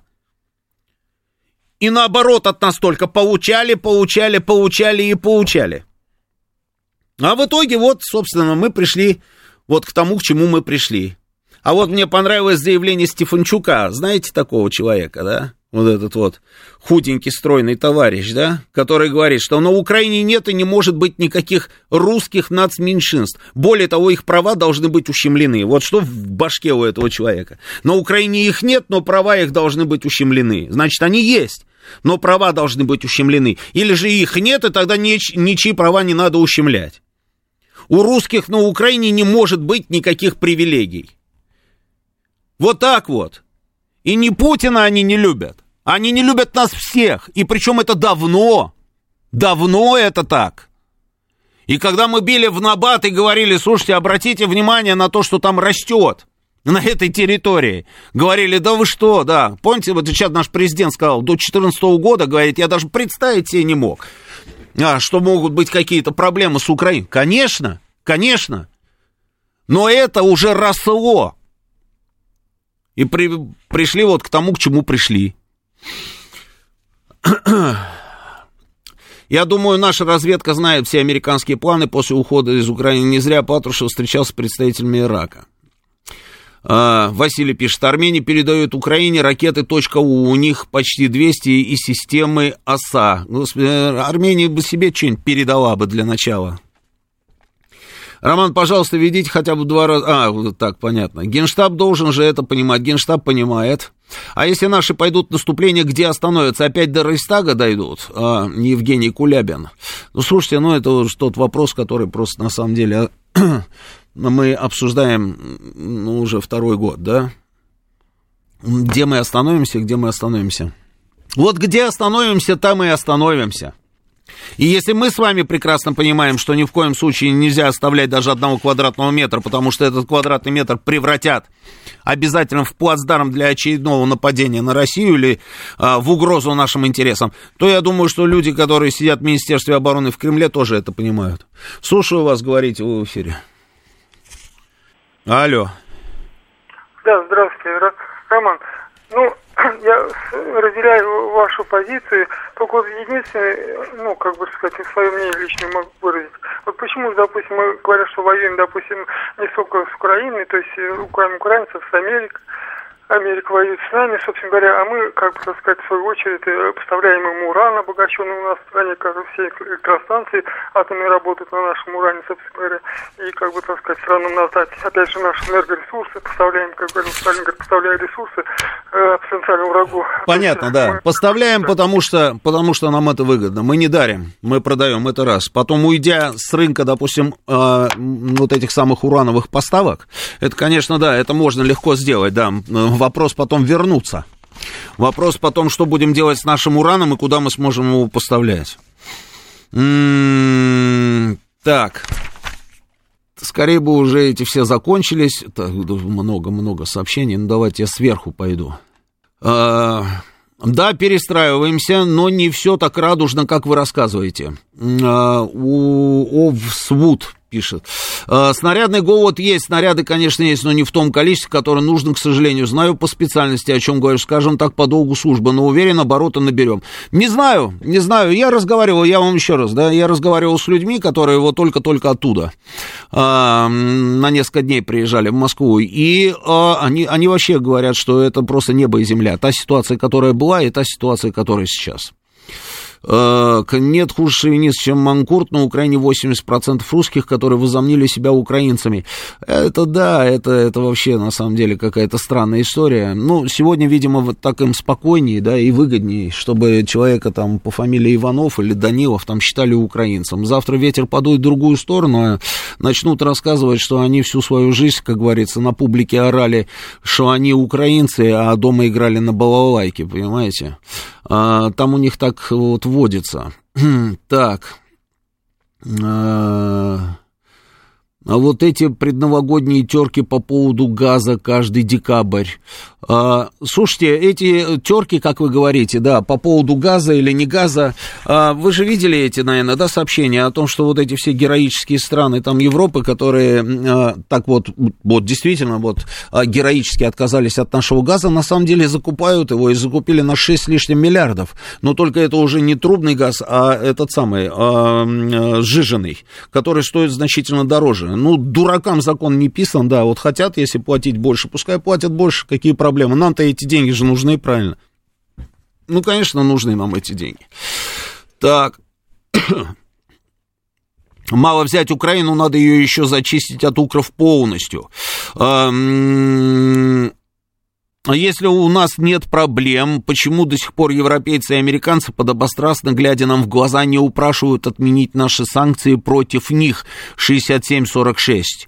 И наоборот от нас только получали, получали, получали и получали. А в итоге вот, собственно, мы пришли вот к тому, к чему мы пришли. А вот мне понравилось заявление Стефанчука, знаете такого человека, да? Вот этот вот худенький, стройный товарищ, да? Который говорит, что на Украине нет и не может быть никаких русских нацменьшинств. Более того, их права должны быть ущемлены. Вот что в башке у этого человека. На Украине их нет, но права их должны быть ущемлены. Значит, они есть, но права должны быть ущемлены. Или же их нет, и тогда нич- ничьи права не надо ущемлять. У русских на Украине не может быть никаких привилегий. Вот так вот. И не Путина они не любят. Они не любят нас всех. И причем это давно. Давно это так. И когда мы били в набат и говорили, слушайте, обратите внимание на то, что там растет на этой территории. Говорили, да вы что, да. Помните, вот сейчас наш президент сказал, до две тысячи четырнадцатого года, говорит, я даже представить себе не мог, а, что могут быть какие-то проблемы с Украиной. Конечно, конечно. Но это уже росло. И при, пришли вот к тому, к чему пришли. Я думаю, наша разведка знает все американские планы после ухода из Украины. Не зря Патрушев встречался с представителями Ирака. А, Василий пишет, Армения передает Украине ракеты .У, у них почти двести и системы ОСА. Господи, Армения бы себе что-нибудь передала бы для начала. Роман, пожалуйста, ведите хотя бы два раза... А, вот так, понятно. Генштаб должен же это понимать. Генштаб понимает. А если наши пойдут в наступление, где остановятся? Опять до Рейхстага дойдут? А, Евгений Кулябин. Ну, слушайте, ну, это вот тот вопрос, который просто на самом деле мы обсуждаем ну, уже второй год, да? Где мы остановимся, где мы остановимся? Вот где остановимся, там и остановимся. И если мы с вами прекрасно понимаем, что ни в коем случае нельзя оставлять даже одного квадратного метра, потому что этот квадратный метр превратят обязательно в плацдарм для очередного нападения на Россию или а, в угрозу нашим интересам, то я думаю, что люди, которые сидят в Министерстве обороны в Кремле, тоже это понимают. Слушаю вас, говорите в эфире. Алло. Да, здравствуйте, Роман. Ну, я разделяю вашу позицию, только вот единственное, ну, как бы сказать, свое мнение личное могу выразить. Вот почему, допустим, мы говорим, что воюем, допустим, не столько с Украиной, то есть руками украинцев, с Америкой, Америка воюет с нами, собственно говоря, а мы, как бы, так сказать, в свою очередь, поставляем им уран, обогащенный у нас в стране, как все электростанции атомные работают на нашем уране, собственно говоря, и, как бы, так сказать, странно нам дать, опять же, наши энергоресурсы, поставляем, как говорил Сталин, говорит, поставляя ресурсы э, потенциальному врагу. Понятно, есть, да, мы... поставляем, да. потому что, потому что нам это выгодно, мы не дарим, мы продаем, это раз, потом, уйдя с рынка, допустим, э, вот этих самых урановых поставок, это, конечно, да, это можно легко сделать, да. Вопрос потом вернуться. Вопрос потом, что будем делать с нашим ураном и куда мы сможем его поставлять. М-м- так. Скорее бы уже эти все закончились. Много-много сообщений. Ну, давайте я сверху пойду. А- да, перестраиваемся, но не все так радужно, как вы рассказываете. А- у Овсвуд пишет. Снарядный голод есть, снаряды, конечно, есть, но не в том количестве, которое нужно, к сожалению. Знаю по специальности, о чем говоришь, скажем так, по долгу службы, но уверен, обороты наберем. Не знаю, не знаю, я разговаривал, я вам еще раз, да, я разговаривал с людьми, которые вот только-только оттуда а, на несколько дней приезжали в Москву, и а, они, они вообще говорят, что это просто небо и земля. Та ситуация, которая была, и та ситуация, которая сейчас. Нет хуже шовинист, чем Манкурт. На Украине восемьдесят процентов русских, которые возомнили себя украинцами. Это да, это, это вообще на самом деле какая-то странная история. Ну, сегодня, видимо, вот так им спокойнее, да, и выгоднее, чтобы человека там по фамилии Иванов или Данилов там считали украинцем. Завтра ветер подует в другую сторону, а начнут рассказывать, что они всю свою жизнь, как говорится, на публике орали, что они украинцы, а дома играли на балалайке, понимаете? А, там у них так вот водится. Так. А, а вот эти предновогодние терки по поводу газа каждый декабрь. А, слушайте, эти терки, как вы говорите, да, по поводу газа или не газа, а, вы же видели эти, наверное, да, сообщения о том, что вот эти все героические страны там Европы, которые а, так вот, вот действительно вот а, героически отказались от нашего газа, на самом деле закупают его и закупили на шесть с лишним миллиардов. Но только это уже не трубный газ, а этот самый а, а, сжиженный, который стоит значительно дороже. Ну, дуракам закон не писан, да, вот хотят, если платить больше, пускай платят больше, какие проблемы. Нам-то эти деньги же нужны, правильно? Ну, конечно, нужны нам эти деньги. Так. Мало взять Украину, надо ее еще зачистить от укров полностью. Если у нас нет проблем, почему до сих пор европейцы и американцы, подобострастно глядя нам в глаза, не упрашивают отменить наши санкции против них? шестьдесят семь сорок шесть.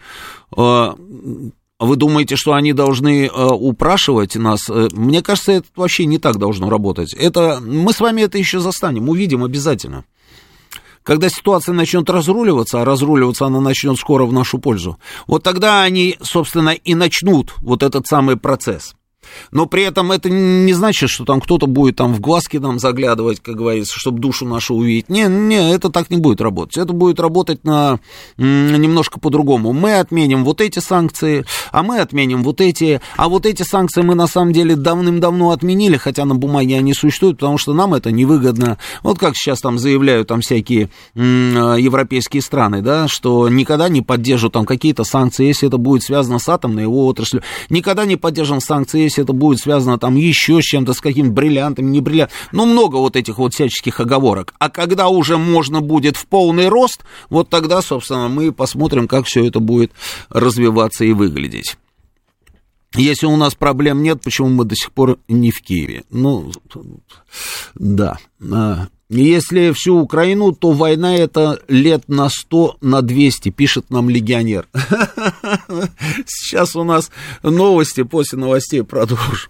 Вы думаете, что они должны упрашивать нас? Мне кажется, это вообще не так должно работать. Это, мы с вами это еще застанем, увидим обязательно. Когда ситуация начнет разруливаться, а разруливаться она начнет скоро в нашу пользу, вот тогда они, собственно, и начнут вот этот самый процесс. Но при этом это не значит, что там кто-то будет там в глазки нам заглядывать, как говорится, чтобы душу нашу увидеть. Не, не, это так не будет работать. Это будет работать на, немножко по-другому. Мы отменим вот эти санкции, а мы отменим вот эти. А вот эти санкции мы на самом деле давным-давно отменили, хотя на бумаге они существуют, потому что нам это невыгодно. Вот как сейчас там заявляют там всякие м- европейские страны, да, что никогда не поддержат там какие-то санкции, если это будет связано с атомной его отраслью. Никогда не поддержим санкции, если это будет связано там еще с чем-то, с какими-то бриллиантами, не бриллиантами. Ну, много вот этих вот всяческих оговорок. А когда уже можно будет в полный рост, вот тогда, собственно, мы посмотрим, как все это будет развиваться и выглядеть. Если у нас проблем нет, почему мы до сих пор не в Киеве? Ну, да. Если всю Украину, то война это лет на сто, на двести, пишет нам легионер. Сейчас у нас новости, после новостей продолжим.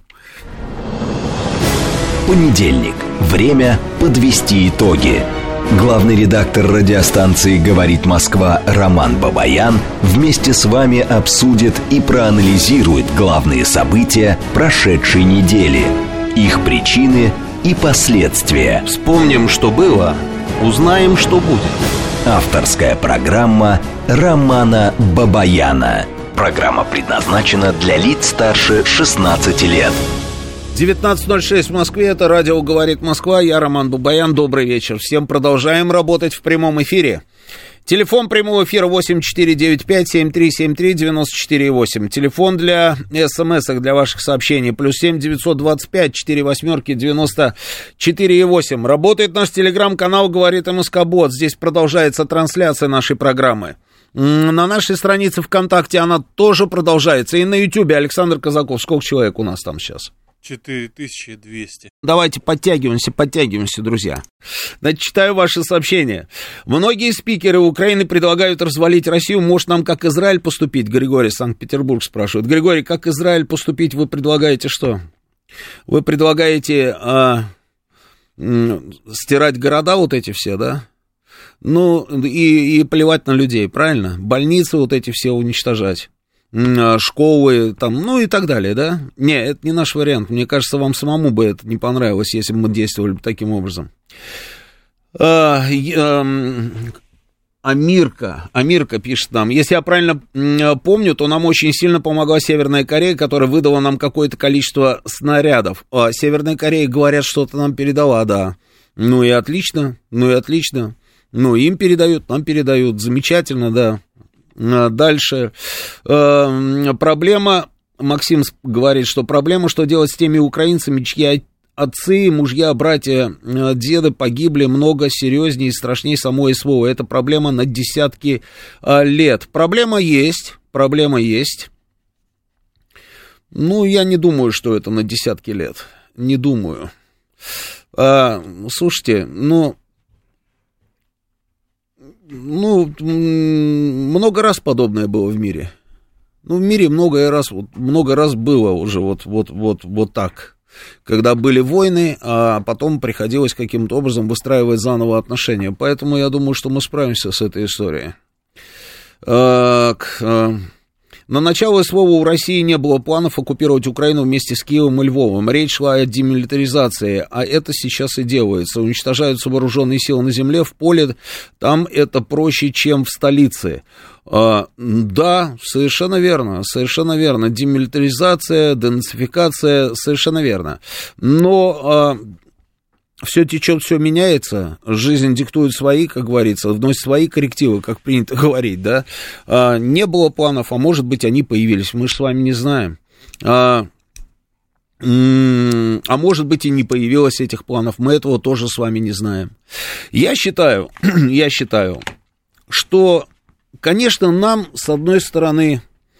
Понедельник. Время подвести итоги. Главный редактор радиостанции «Говорит Москва» Роман Бабаян вместе с вами обсудит и проанализирует главные события прошедшей недели, их причины и последствия. Вспомним, что было, узнаем, что будет. Авторская программа Романа Бабаяна. Программа предназначена для лиц старше шестнадцати лет. девятнадцать ноль шесть в Москве, это радио «Говорит Москва», я Роман Бабаян, добрый вечер. Всем продолжаем работать в прямом эфире. Телефон прямого эфира восемь четыре девять пять семь три семь три девять четыре восемь. Телефон для смс-ок, для ваших сообщений, плюс семь девятьсот двадцать пять четыре восьмерки девяносто четыре восемь. Работает наш телеграм-канал «Говорит МСК-бот». Здесь продолжается трансляция нашей программы. На нашей странице ВКонтакте она тоже продолжается. И на Ютьюбе Александр Казаков. Сколько человек у нас там сейчас? четыре тысячи двести. Давайте подтягиваемся, подтягиваемся, друзья. Значит, читаю ваши сообщения. Многие спикеры Украины предлагают развалить Россию. Может, нам как Израиль поступить? Григорий, Санкт-Петербург, спрашивает. Григорий, как Израиль поступить? Вы предлагаете что? Вы предлагаете а, м, стирать города вот эти все, да? Ну, и, и плевать на людей, правильно? Больницы вот эти все уничтожать. Школы, там, ну и так далее, да? Не, это не наш вариант. Мне кажется, вам самому бы это не понравилось, если бы мы действовали бы таким образом. А, а, Амирка, Амирка пишет нам, если я правильно помню, то нам очень сильно помогла Северная Корея, которая выдала нам какое-то количество снарядов. А Северная Корея, говорят, что-то нам передала, да. Ну и отлично, ну и отлично. Ну, им передают, нам передают, замечательно, да. Дальше. Проблема, Максим говорит, что проблема, что делать с теми украинцами, чьи отцы, мужья, братья, деды погибли много серьезнее и страшнее самой СВО. Это проблема на десятки лет. Проблема есть, проблема есть. Ну, я не думаю, что это на десятки лет. Не думаю. А, слушайте, ну... Ну, много раз подобное было в мире. Ну, в мире много раз, много раз было уже вот, вот, вот, вот так. Когда были войны, а потом приходилось каким-то образом выстраивать заново отношения. Поэтому я думаю, что мы справимся с этой историей. На начало СВО у России не было планов оккупировать Украину вместе с Киевом и Львовом. Речь шла о демилитаризации, а это сейчас и делается. Уничтожаются вооруженные силы на земле, в поле, там это проще, чем в столице. А, да, совершенно верно, совершенно верно. Демилитаризация, денацификация, совершенно верно. Но... А, все течет, все меняется, жизнь диктует свои, как говорится, вносит свои коррективы, как принято говорить, да. А, не было планов, а может быть, они появились, мы же с вами не знаем. А, а может быть, и не появилось этих планов, мы этого тоже с вами не знаем. Я считаю, я считаю, что, конечно, нам, с одной стороны,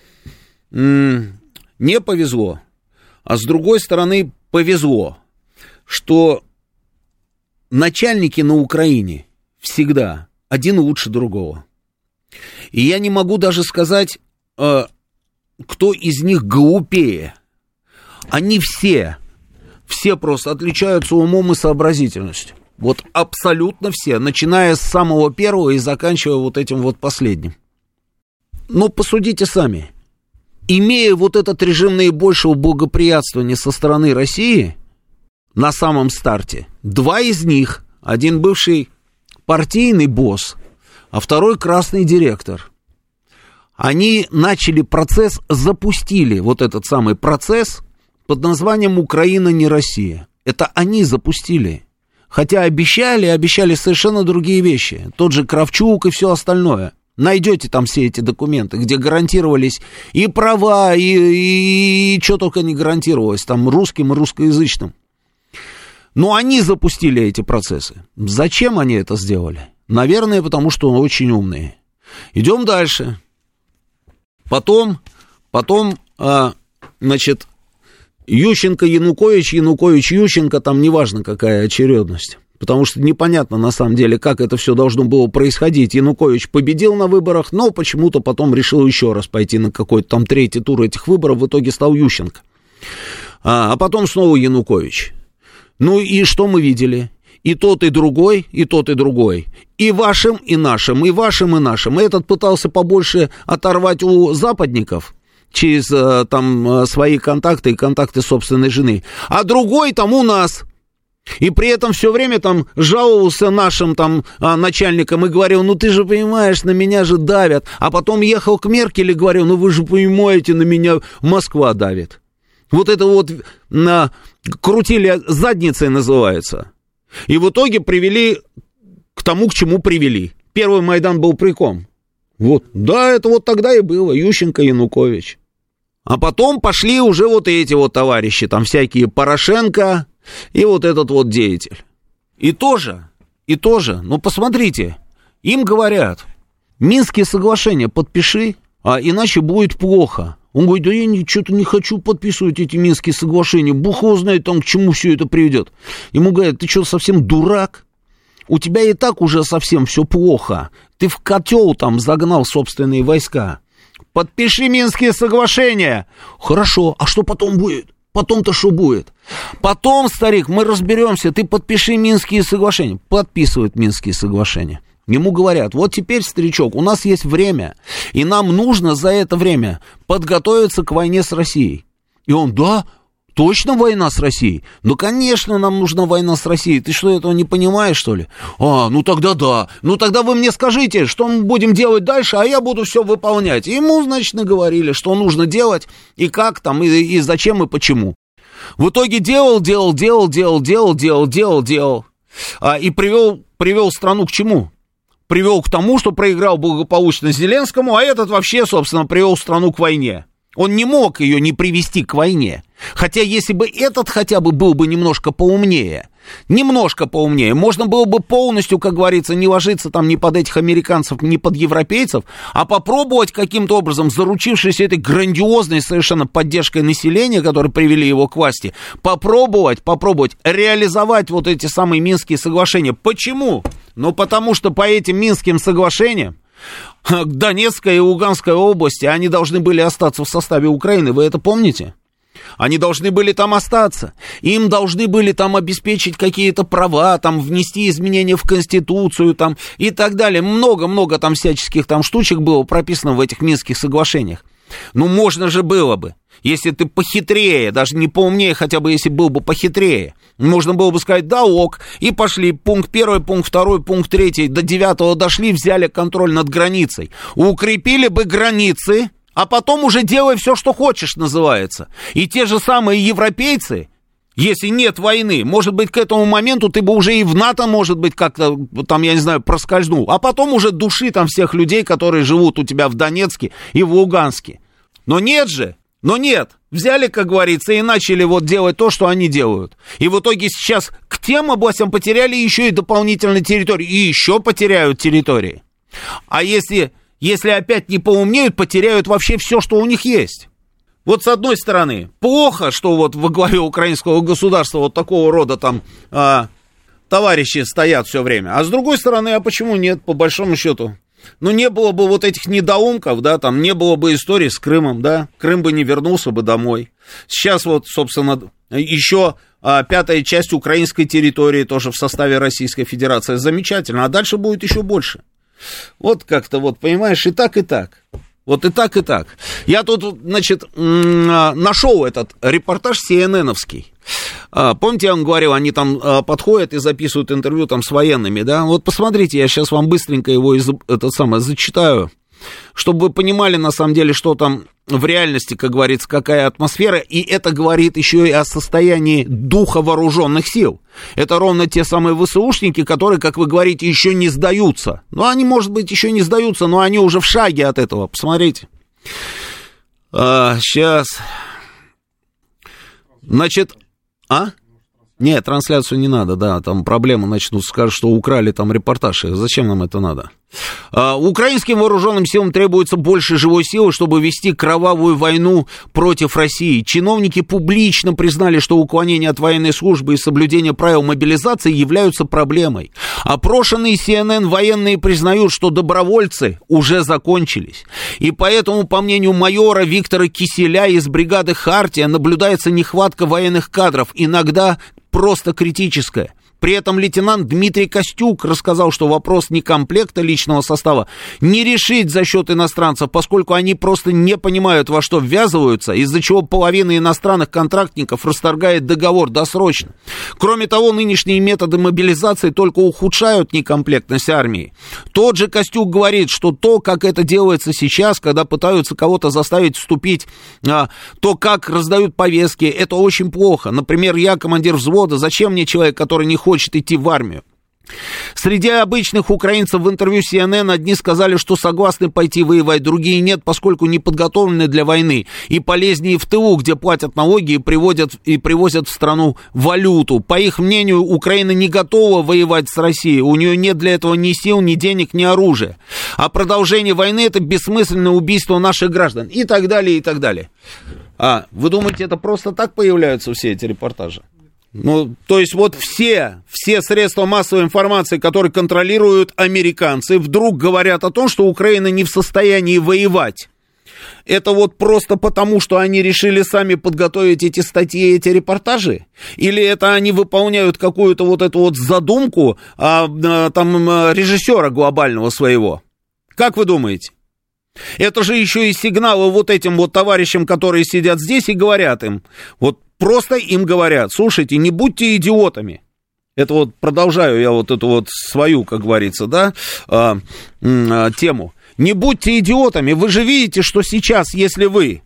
не повезло, а с другой стороны, повезло, что... Начальники на Украине всегда один лучше другого. И я не могу даже сказать, э, кто из них глупее. Они все, все просто отличаются умом и сообразительностью. Вот абсолютно все, начиная с самого первого и заканчивая вот этим вот последним. Но посудите сами. Имея вот этот режим наибольшего благоприятствования со стороны России... На самом старте. Два из них, один бывший партийный босс, а второй красный директор. Они начали процесс, запустили вот этот самый процесс под названием «Украина не Россия». Это они запустили. Хотя обещали, обещали совершенно другие вещи. Тот же Кравчук и все остальное. Найдете там все эти документы, где гарантировались и права, и, и, и что только не гарантировалось, там русским и русскоязычным. Но они запустили эти процессы. Зачем они это сделали? Наверное, потому что очень умные. Идем дальше. Потом, потом, а, значит, Ющенко, Янукович, Янукович, Ющенко, там неважно какая очередность. Потому что непонятно на самом деле, как это все должно было происходить. Янукович победил на выборах, но почему-то потом решил еще раз пойти на какой-то там третий тур этих выборов. В итоге стал Ющенко. А, а потом снова Янукович. Ну и что мы видели? И тот, и другой, и тот, и другой. И вашим, и нашим, и вашим, и нашим. И этот пытался побольше оторвать у западников через там свои контакты и контакты собственной жены. А другой там у нас. И при этом все время там жаловался нашим там начальникам и говорил, ну ты же понимаешь, на меня же давят. А потом ехал к Меркель и говорил, ну вы же понимаете, на меня Москва давит. Вот это вот на, крутили задницей называется. И в итоге привели к тому, к чему привели. Первый Майдан был при ком? Вот, да, это вот тогда и было, Ющенко, Янукович. А потом пошли уже вот эти вот товарищи, там всякие Порошенко и вот этот вот деятель. И тоже, и тоже, ну посмотрите, им говорят, Минские соглашения подпиши, а иначе будет плохо. Он говорит, да я что-то не хочу подписывать эти Минские соглашения, Бог его знает там, к чему все это приведет. Ему говорят, ты что, совсем дурак? У тебя и так уже совсем все плохо. Ты в котел там загнал собственные войска. Подпиши Минские соглашения. Хорошо, а что потом будет? Потом-то что будет? Потом, старик, мы разберемся, ты подпиши Минские соглашения. Подписывают Минские соглашения. Ему говорят, вот теперь, старичок, у нас есть время, и нам нужно за это время подготовиться к войне с Россией. И он, да, точно война с Россией? Ну, конечно, нам нужна война с Россией. Ты что, этого не понимаешь, что ли? А, ну тогда да. Ну тогда вы мне скажите, что мы будем делать дальше, а я буду все выполнять. И ему, значит, наговорили, что нужно делать, и как там, и, и зачем, и почему. В итоге делал, делал, делал, делал, делал, делал, делал, делал. А, и привел, привел страну к чему? Привел к тому, что проиграл благополучно Зеленскому, а этот вообще, собственно, привел страну к войне. Он не мог ее не привести к войне. Хотя если бы этот хотя бы был бы немножко поумнее, немножко поумнее, можно было бы полностью, как говорится, не ложиться там ни под этих американцев, ни под европейцев, а попробовать каким-то образом, заручившись этой грандиозной совершенно поддержкой населения, которые привели его к власти, попробовать, попробовать реализовать вот эти самые Минские соглашения. Почему? Ну, потому что по этим Минским соглашениям Донецкая и Луганская области, они должны были остаться в составе Украины, вы это помните? Они должны были там остаться, им должны были там обеспечить какие-то права, там внести изменения в Конституцию там, и так далее. Много-много там всяческих там штучек было прописано в этих Минских соглашениях. Ну, можно же было бы, если ты похитрее, даже не поумнее, хотя бы если был бы похитрее, можно было бы сказать, да ок, и пошли, пункт первый, пункт второй, пункт третий, до девятого дошли, взяли контроль над границей, укрепили бы границы, а потом уже делай все, что хочешь, называется. И те же самые европейцы, если нет войны, может быть, к этому моменту ты бы уже и в НАТО, может быть, как-то, там, я не знаю, проскользнул. А потом уже души там всех людей, которые живут у тебя в Донецке и в Луганске. Но нет же, но нет. Взяли, как говорится, и начали вот делать то, что они делают. И в итоге сейчас к тем областям потеряли еще и дополнительные территории. И еще потеряют территории. А если... Если опять не поумнеют, потеряют вообще все, что у них есть. Вот с одной стороны, плохо, что вот во главе украинского государства вот такого рода там а, товарищи стоят все время. А с другой стороны, а почему нет, по большому счету? Ну, не было бы вот этих недоумков, да, там не было бы истории с Крымом, да, Крым бы не вернулся бы домой. Сейчас вот, собственно, еще а, пятая часть украинской территории тоже в составе Российской Федерации. Замечательно, а дальше будет еще больше. Вот как-то вот, понимаешь, и так, и так. Вот и так, и так. Я тут, значит, нашел этот репортаж си эн эн-овский. Помните, я вам говорил, они там подходят и записывают интервью там с военными, да? Вот посмотрите, я сейчас вам быстренько его из, это самое, зачитаю, чтобы вы понимали, на самом деле, что там в реальности, как говорится, какая атмосфера, и это говорит еще и о состоянии духа вооруженных сил. Это ровно те самые ВСУшники, которые, как вы говорите, еще не сдаются. Ну, они, может быть, еще не сдаются, но они уже в шаге от этого. Посмотрите. А, сейчас. Значит, а? Нет, трансляцию не надо, да, там проблемы начнут, скажут, что украли там репортаж, зачем нам это надо? А, украинским вооруженным силам требуется больше живой силы, чтобы вести кровавую войну против России. Чиновники публично признали, что уклонение от военной службы и соблюдение правил мобилизации являются проблемой. Опрошенные си эн эн военные признают, что добровольцы уже закончились. И поэтому, по мнению майора Виктора Киселя из бригады «Хартия», наблюдается нехватка военных кадров, иногда просто критическая. При этом лейтенант Дмитрий Костюк рассказал, что вопрос некомплекта личного состава не решить за счет иностранцев, поскольку они просто не понимают, во что ввязываются, из-за чего половина иностранных контрактников расторгает договор досрочно. Кроме того, нынешние методы мобилизации только ухудшают некомплектность армии. Тот же Костюк говорит, что то, как это делается сейчас, когда пытаются кого-то заставить вступить, а, то, как раздают повестки, это очень плохо. Например, я командир взвода, зачем мне человек, который не хочет идти в армию? Среди обычных украинцев в интервью си эн эн одни сказали, что согласны пойти воевать, другие нет, поскольку не подготовлены для войны и полезнее в тылу, где платят налоги и приводят, и привозят в страну валюту. По их мнению, Украина не готова воевать с Россией, у нее нет для этого ни сил, ни денег, ни оружия. А продолжение войны — это бессмысленное убийство наших граждан и так далее, и так далее. А, вы думаете, это просто так появляются все эти репортажи? Ну, то есть вот все, все средства массовой информации, которые контролируют американцы, вдруг говорят о том, что Украина не в состоянии воевать. Это вот просто потому, что они решили сами подготовить эти статьи, эти репортажи? Или это они выполняют какую-то вот эту вот задумку а, а, там режиссера глобального своего? Как вы думаете? Это же еще и сигналы вот этим вот товарищам, которые сидят здесь и говорят им, вот просто им говорят, слушайте, не будьте идиотами. Это вот продолжаю я вот эту вот свою, как говорится, да, а, а, тему. Не будьте идиотами, вы же видите, что сейчас, если вы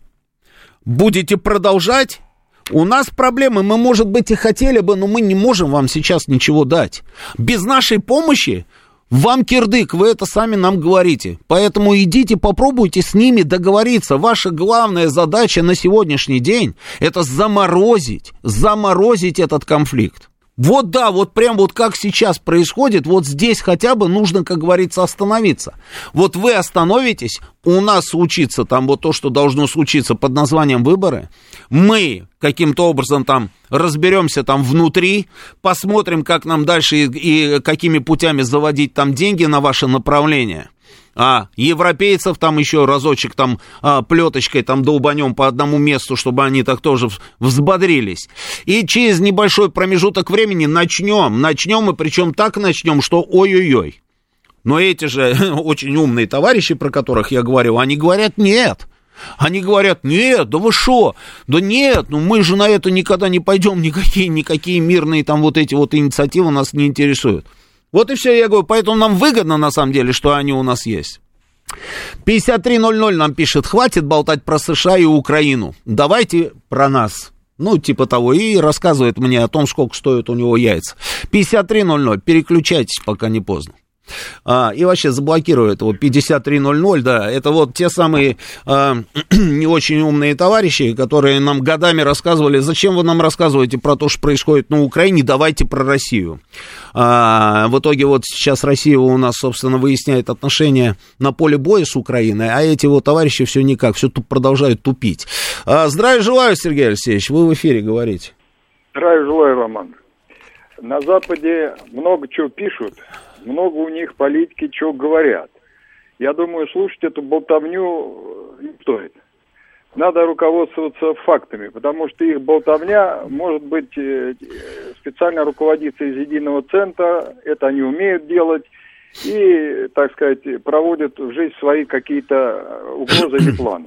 будете продолжать, у нас проблемы, мы, может быть, и хотели бы, но мы не можем вам сейчас ничего дать. Без нашей помощи Вам кирдык, вы это сами нам говорите. Поэтому идите, попробуйте с ними договориться. Ваша главная задача на сегодняшний день — это заморозить, заморозить этот конфликт. Вот да, вот прям вот как сейчас происходит, вот здесь хотя бы нужно, как говорится, остановиться. Вот вы остановитесь, у нас случится там вот то, что должно случиться под названием выборы. Мы каким-то образом там разберемся там внутри, посмотрим, как нам дальше и, и какими путями заводить там деньги на ваше направление. А европейцев там еще разочек там а, плеточкой там долбанем по одному месту, чтобы они так тоже взбодрились. И через небольшой промежуток времени начнем, начнем, и причем так начнем, что ой-ой-ой. Но эти же очень умные товарищи, про которых я говорил, они говорят нет. Они говорят, нет, да вы шо, да нет, ну мы же на это никогда не пойдем, никакие, никакие мирные там вот эти вот инициативы нас не интересуют. Вот и все, я говорю, поэтому нам выгодно, на самом деле, что они у нас есть. пятьдесят три ноль ноль нам пишет, хватит болтать про США и Украину, давайте про нас. Ну, типа того, и рассказывает мне о том, сколько стоят у него яйца. пятьдесят три ноль ноль, переключайтесь, пока не поздно. А, и вообще заблокирую этого пятьдесят три ноль ноль, да, это вот те самые а, не очень умные товарищи, которые нам годами рассказывали, зачем вы нам рассказываете про то, что происходит на Украине, давайте про Россию. А, в итоге вот сейчас Россия у нас, собственно, выясняет отношения на поле боя с Украиной, а эти вот товарищи все никак, все тут продолжают тупить. А, здравия желаю, Сергей Алексеевич, вы в эфире говорите. Здравия желаю, Роман. На Западе много чего пишут, много у них политики чего говорят. Я думаю, слушать эту болтовню не стоит. Надо руководствоваться фактами, потому что их болтовня может быть специально руководиться из единого центра, это они умеют делать, и, так сказать, проводят в жизнь свои какие-то угрозы или планы.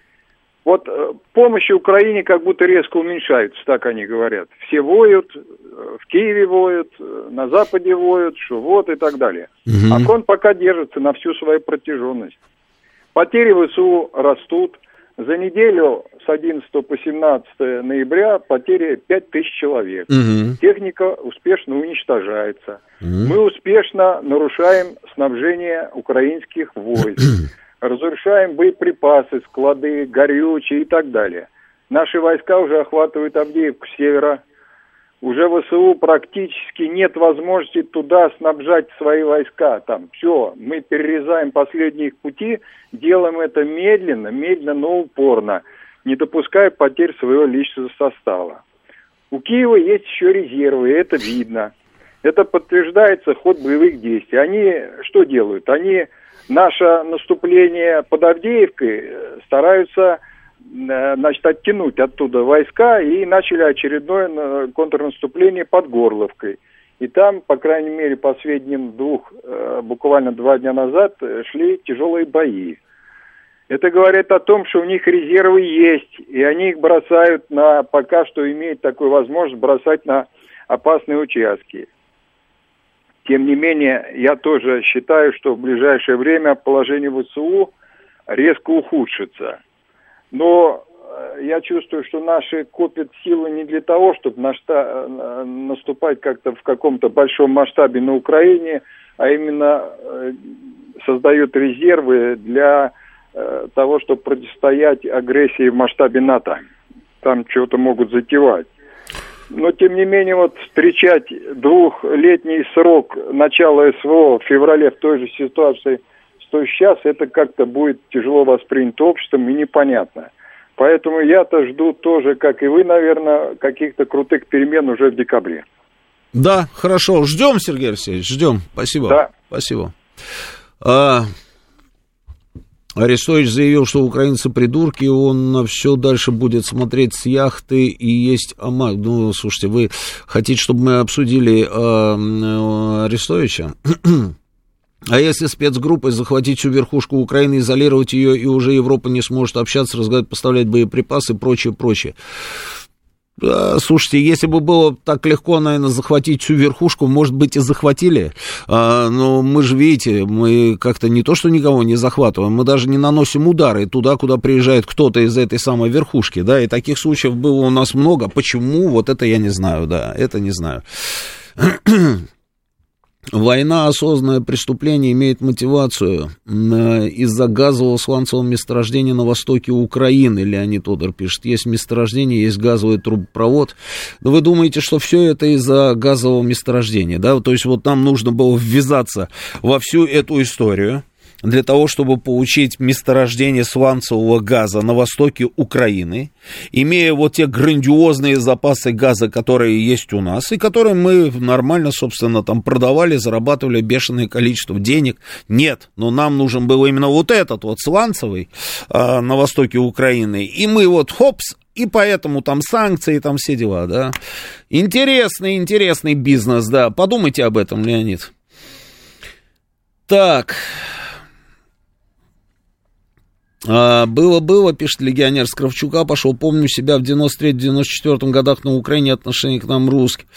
Вот помощи Украине как будто резко уменьшаются, так они говорят. Все воют, в Киеве воют, на Западе воют, что вот и так далее. Угу. А фронт пока держится на всю свою протяженность. Потери ВСУ растут. За неделю с одиннадцатого по семнадцатое ноября потери пять тысяч человек. Угу. Техника успешно уничтожается. Угу. Мы успешно нарушаем снабжение украинских войск. Разрушаем боеприпасы, склады, горючее и так далее. Наши войска уже охватывают Авдеевку с севера. Уже ВСУ практически нет возможности туда снабжать свои войска. Там все, мы перерезаем последние их пути, делаем это медленно, медленно, но упорно, не допуская потерь своего личного состава. У Киева есть еще резервы, это видно. Это подтверждается ход боевых действий. Они что делают? Они наше наступление под Авдеевкой стараются, значит, оттянуть оттуда войска и начали очередное контрнаступление под Горловкой. И там, по крайней мере, по сведениям двух, буквально два дня назад, шли тяжелые бои. Это говорит о том, что у них резервы есть, и они их бросают на, пока что имеют такую возможность бросать на опасные участки. Тем не менее, я тоже считаю, что в ближайшее время положение ВСУ резко ухудшится. Но я чувствую, что наши копят силы не для того, чтобы наста- наступать как-то в каком-то большом масштабе на Украине, а именно создают резервы для того, чтобы противостоять агрессии в масштабе НАТО. Там чего-то могут затевать. Но, тем не менее, вот встречать двухлетний срок начала СВО в феврале в той же ситуации, что сейчас, это как-то будет тяжело воспринято обществом и непонятно. Поэтому я-то жду тоже, как и вы, наверное, каких-то крутых перемен уже в декабре. Да, хорошо. Ждем, Сергей Алексеевич, ждем. Спасибо. Да. Спасибо. А... Арестович заявил, что украинцы придурки, он на все дальше будет смотреть с яхты и есть омак. Ну, слушайте, вы хотите, чтобы мы обсудили э, Арестовича? А если спецгруппой захватить всю верхушку Украины, изолировать ее, и уже Европа не сможет общаться, разговаривать, поставлять боеприпасы и прочее, прочее. Да, слушайте, если бы было так легко, наверное, захватить всю верхушку, может быть, и захватили, а, но мы же, видите, мы как-то не то, что никого не захватываем, мы даже не наносим удары туда, куда приезжает кто-то из этой самой верхушки, да, и таких случаев было у нас много. Почему? Вот это я не знаю, да, это не знаю. Война, осознанное преступление, имеет мотивацию из-за газового сланцевого месторождения на востоке Украины. Леонид Тодор пишет, есть месторождение, есть газовый трубопровод. Но вы думаете, что все это из-за газового месторождения, да? То есть вот нам нужно было ввязаться во всю эту историю для того, чтобы получить месторождение сланцевого газа на востоке Украины, имея вот те грандиозные запасы газа, которые есть у нас, и которые мы нормально, собственно, там продавали, зарабатывали бешеное количество денег. Нет, но нам нужен был именно вот этот вот сланцевый а, на востоке Украины, и мы вот хопс, и поэтому там санкции, там все дела, да. Интересный, интересный бизнес, да, подумайте об этом, Леонид. Так... Было-было, пишет легионер с Кравчука, пошел, помню себя в девяносто третьем — девяносто четвёртом годах на Украине, отношение к нам русских.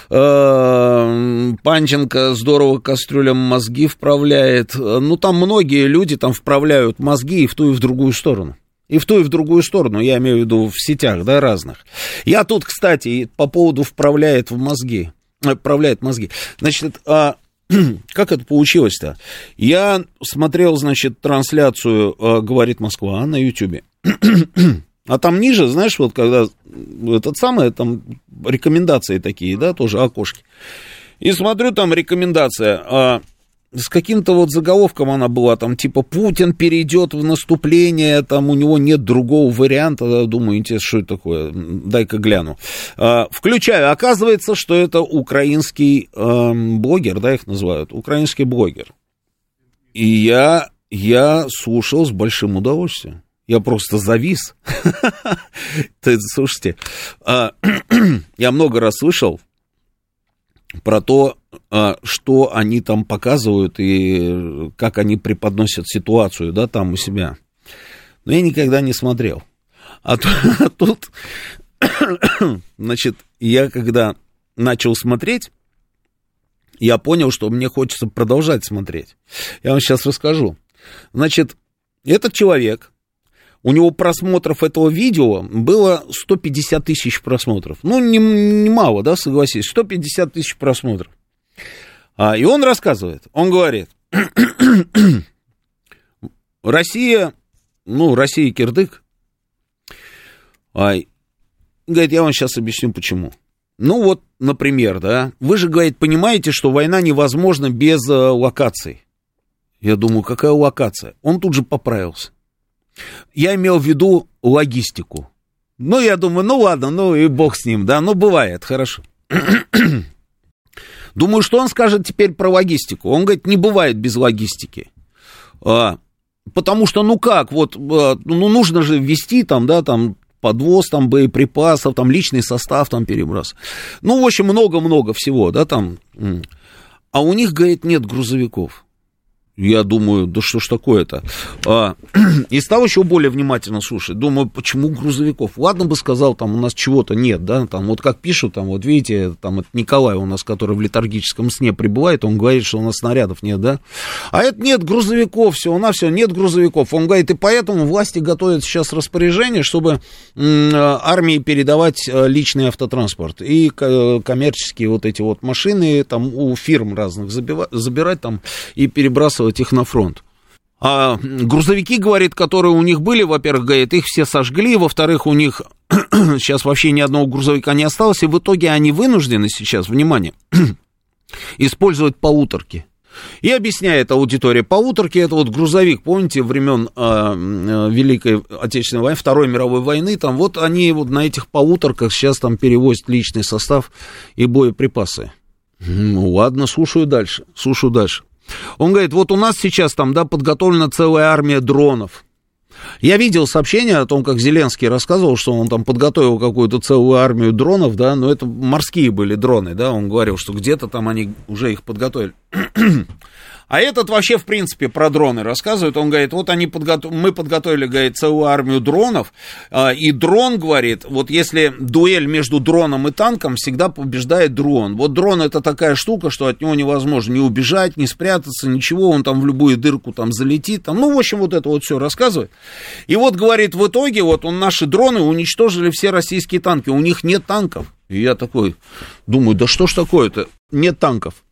Панченко здорово кастрюлям мозги вправляет. Ну, там многие люди там вправляют мозги и в ту, и в другую сторону. И в ту, и в другую сторону, я имею в виду в сетях, да, разных. Я тут, кстати, по поводу вправляет в мозги, вправляет мозги. Значит, как это получилось-то? Я смотрел, значит, трансляцию э, «Говорит Москва» на Ютьюбе. А там ниже, знаешь, вот когда этот самый, там рекомендации такие, да, тоже окошки. И смотрю, там рекомендация, а, с каким-то вот заголовком она была, там типа «Путин перейдет в наступление», там у него нет другого варианта. Я думаю, интересно, что это такое, дай-ка гляну. А, включаю, оказывается, что это украинский э, блогер, да, их называют, украинский блогер. И я, я слушал с большим удовольствием. Я просто завис. Слушайте, я много раз слышал про то, что они там показывают и как они преподносят ситуацию, да, там у себя. Но я никогда не смотрел. А тут, значит, я когда начал смотреть, я понял, что мне хочется продолжать смотреть. Я вам сейчас расскажу. Значит, этот человек, у него просмотров этого видео было сто пятьдесят тысяч просмотров. Ну, не, не мало, да, согласись, сто пятьдесят тысяч просмотров. А, и он рассказывает, он говорит, Россия, ну, Россия кирдык. А, говорит, я вам сейчас объясню, почему. Ну, вот, например, да, вы же, говорит, понимаете, что война невозможна без э, локаций. Я думаю, какая локация? Он тут же поправился. Я имел в виду логистику. Ну, я думаю, ну ладно, ну и бог с ним, да, ну бывает, хорошо. Думаю, что он скажет теперь про логистику. Он говорит, не бывает без логистики. А, потому что, ну как, вот, ну нужно же ввести там, да, там, подвоз, там, боеприпасов, там, личный состав, там, переброс. Ну, в общем, много-много всего, да, там. А у них, говорит, нет грузовиков. Я думаю, да что ж такое-то. А, и стал еще более внимательно слушать. Думаю, почему грузовиков? Ладно бы сказал, там у нас чего-то нет, да, там вот как пишут, там вот видите, там это Николай у нас, который в летаргическом сне пребывает, он говорит, что у нас снарядов нет, да. А это нет грузовиков, все, у нас все, нет грузовиков. Он говорит, и поэтому власти готовят сейчас распоряжение, чтобы м, армии передавать личный автотранспорт и коммерческие вот эти вот машины, там у фирм разных забивать, забирать там и перебрасывать их на фронт. А грузовики, говорит, которые у них были, во-первых, говорит, их все сожгли, во-вторых, у них сейчас вообще ни одного грузовика не осталось, и в итоге они вынуждены сейчас, внимание, использовать полуторки. И объясняет аудитория, полуторки это вот грузовик, помните, времен э, Великой Отечественной войны, Второй мировой войны, там вот они вот на этих полуторках сейчас там перевозят личный состав и боеприпасы. Ну ладно, слушаю дальше, слушаю дальше. Он говорит, вот у нас сейчас там, да, подготовлена целая армия дронов. Я видел сообщение о том, как Зеленский рассказывал, что он там подготовил какую-то целую армию дронов, да, но это морские были дроны, да, он говорил, что где-то там они уже их подготовили. А этот вообще, в принципе, про дроны рассказывает. Он говорит, вот они подготов... мы подготовили, говорит, целую армию дронов. И дрон, говорит, вот если дуэль между дроном и танком, всегда побеждает дрон. Вот дрон это такая штука, что от него невозможно ни убежать, ни спрятаться, ничего. Он там в любую дырку там залетит. Там. Ну, в общем, вот это вот все рассказывает. И вот, говорит, в итоге вот он, наши дроны уничтожили все российские танки. У них нет танков. И я такой думаю, да что ж такое-то? Нет танков.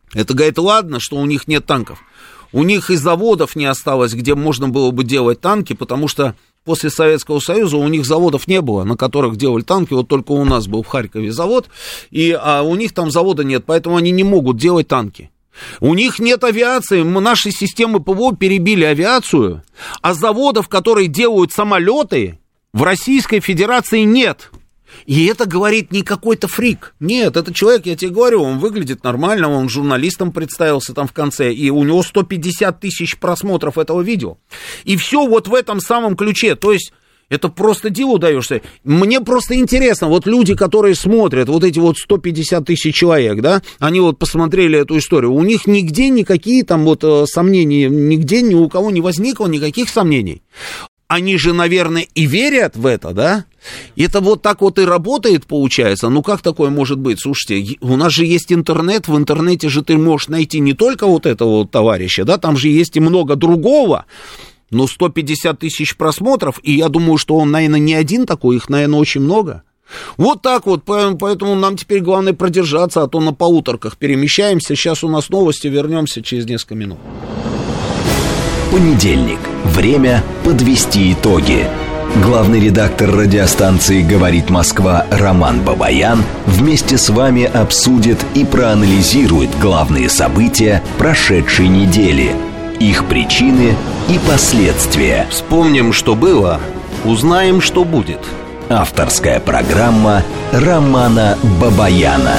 Это говорит, ладно, что у них нет танков. У них и заводов не осталось, где можно было бы делать танки, потому что после Советского Союза у них заводов не было, на которых делали танки. Вот только у нас был в Харькове завод, и, а у них там завода нет, поэтому они не могут делать танки. У них нет авиации, мы, наши системы ПВО перебили авиацию, а заводов, которые делают самолеты, в Российской Федерации нет. И это говорит не какой-то фрик. Нет, это человек, я тебе говорю, он выглядит нормально, он журналистом представился там в конце, и у него сто пятьдесят тысяч просмотров этого видео. И все вот в этом самом ключе, то есть это просто диву даешься. Мне просто интересно, вот люди, которые смотрят, вот эти вот сто пятьдесят тысяч человек, да, они вот посмотрели эту историю, у них нигде никакие там вот сомнения, нигде ни у кого не возникло никаких сомнений. Они же, наверное, и верят в это, да? И это вот так вот и работает, получается. Ну, как такое может быть? Слушайте, у нас же есть интернет, в интернете же ты можешь найти не только вот этого вот товарища, да, там же есть и много другого, но сто пятьдесят тысяч просмотров, и я думаю, что он, наверное, не один такой, их, наверное, очень много. Вот так вот, поэтому нам теперь главное продержаться, а то на полуторках перемещаемся. Сейчас у нас новости, вернемся через несколько минут. Понедельник. Время подвести итоги. Главный редактор радиостанции «Говорит Москва» Роман Бабаян вместе с вами обсудит и проанализирует главные события прошедшей недели, их причины и последствия. Вспомним, что было, узнаем, что будет. Авторская программа Романа Бабаяна.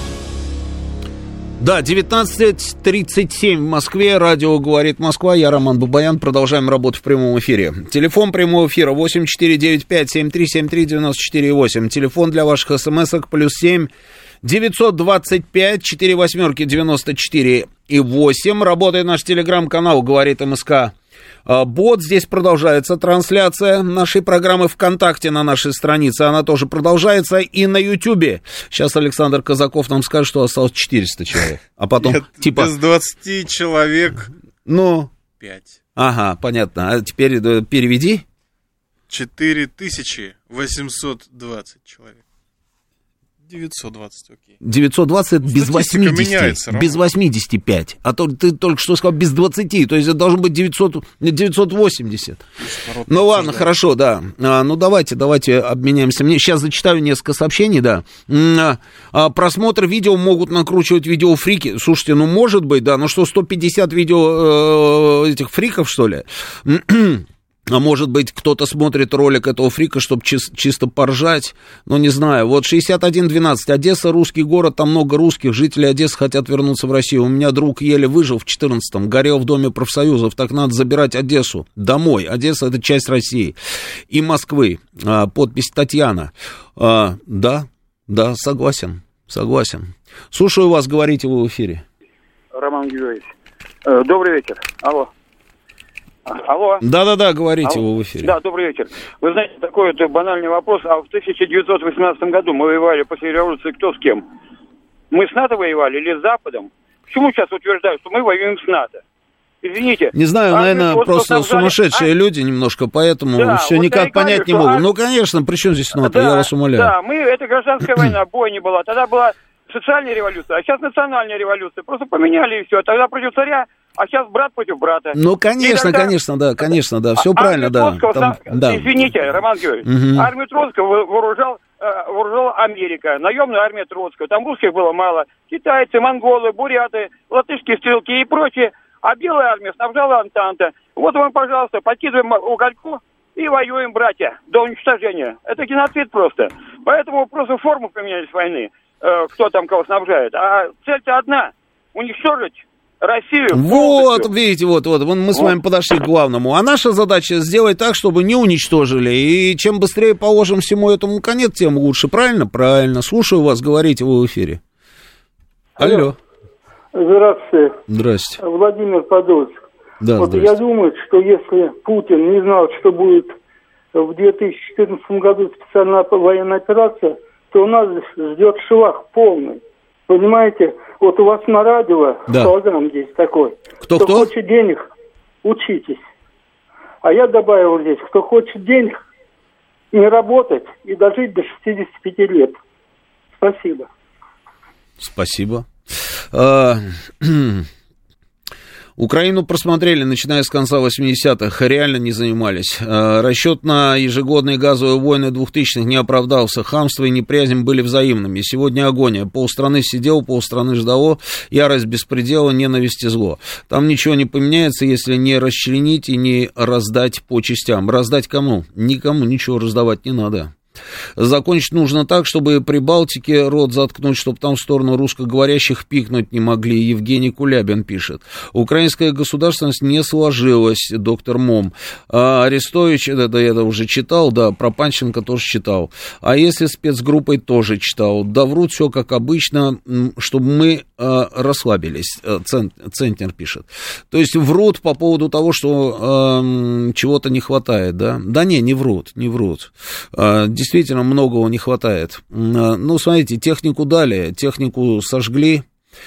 Да, девятнадцать тридцать семь в Москве, радио «Говорит Москва», я Роман Бабаян, продолжаем работу в прямом эфире. Телефон прямого эфира восемь четыре девять пять семь три семь три девять четыре восемь, телефон для ваших смс-ок плюс семь девятьсот двадцать пять четыре восьмерки девяносто четыре и восемь, работает наш телеграм-канал «Говорит МСК». Бот, здесь продолжается трансляция нашей программы ВКонтакте на нашей странице, она тоже продолжается, и на Ютубе. Сейчас Александр Казаков нам скажет, что осталось четыреста человек, а потом Нет, типа... без двадцати человек Ну... пять. Ага, понятно, а теперь переведи. четыре тысячи восемьсот двадцать человек. девятьсот двадцать, окей. девятьсот двадцать без восьмидесяти, меняется, без восьмидесяти пять, а то ты только что сказал без двадцати, то есть это должно быть девятьсот, девятьсот восемьдесят. Ну ладно, хорошо, да, а, ну давайте, давайте обменяемся. Мне сейчас зачитаю несколько сообщений, да. А, а, просмотр видео могут накручивать видеофрики. Слушайте, ну может быть, да, ну что, сто пятьдесят видео э, этих фриков, что ли? А может быть, кто-то смотрит ролик этого фрика, чтобы чис- чисто поржать, ну, не знаю. Вот шестьдесят один двенадцать, Одесса, русский город, там много русских, жители Одессы хотят вернуться в Россию. У меня друг еле выжил в четырнадцатом, горел в Доме профсоюзов, так надо забирать Одессу домой. Одесса — это часть России и Москвы. А, подпись Татьяна. А, да, да, согласен, согласен. Слушаю вас, говорите вы в эфире. Роман Георгиевич, э, добрый вечер, алло. Алло. Да-да-да, говорите Алло. вы в эфире. Да, добрый вечер. Вы знаете, такой вот банальный вопрос. А в тысяча девятьсот восемнадцатом году мы воевали после революции кто с кем? Мы с НАТО воевали или с Западом? Почему сейчас утверждают, что мы воюем с НАТО? Извините. Не знаю, а наверное, вот просто снабжали... сумасшедшие а? люди немножко, поэтому да, все вот никак понять не могут. А... Ну, конечно, при чем здесь НАТО, да, я вас умоляю. Да, мы, это гражданская война, бой не была. Тогда была социальная революция, а сейчас национальная революция. Просто поменяли и все. Тогда против царя, а сейчас брат против брата. Ну, конечно, тогда... конечно, да, конечно, да, все а, правильно, да. Там, да. Извините, Роман Георгиевич, угу. Армию Троцкого вооружал, вооружала Америка, наемная армия Троцкого, там русских было мало, китайцы, монголы, буряты, латышские стрелки и прочее, а белая армия снабжала Антанта. Вот вам, пожалуйста, подкидываем угольку и воюем, братья, до уничтожения. Это геноцид просто. Поэтому просто форму поменялись войны, кто там кого снабжает. А цель-то одна — уничтожить Россию. Вот, видите, вот, вот, вот мы с вами подошли к главному. А наша задача сделать так, чтобы не уничтожили. И чем быстрее положим всему этому конец, тем лучше. Правильно? Правильно. Слушаю вас, говорите вы в эфире. Алло. Здравствуйте. Здрасте. Владимир Подольск. Да, вот я думаю, что если Путин не знал, что будет в две тысячи четырнадцатом году специальная военная операция, то у нас ждет швах полный. Понимаете, вот у вас на радио да. программ здесь такой. Кто, кто? Кто хочет денег, учитесь. А я добавил здесь, кто хочет денег, не работать и дожить до шестидесяти пяти лет. Спасибо. Спасибо. Украину просмотрели, начиная с конца восьмидесятых, реально не занимались. Расчет на ежегодные газовые войны двухтысячных не оправдался. Хамство и неприязнь были взаимными. Сегодня агония. Полстраны сидел, полстраны ждало. Ярость беспредела, ненависть и зло. Там ничего не поменяется, если не расчленить и не раздать по частям. Раздать кому? Никому ничего раздавать не надо. Закончить нужно так, чтобы при Балтике рот заткнуть, чтобы там в сторону русскоговорящих пикнуть не могли. Евгений Кулябин пишет. Украинская государственность не сложилась, доктор Мом. А Арестович, это я это уже читал, да, про Панченко тоже читал. А если спецгруппой тоже читал. Да врут все как обычно, чтобы мы а, расслабились, Цент, Центнер пишет. То есть врут по поводу того, что а, чего-то не хватает, да? Да не, не врут, не врут. А, Действительно, многого не хватает. Ну, смотрите, технику дали, технику сожгли,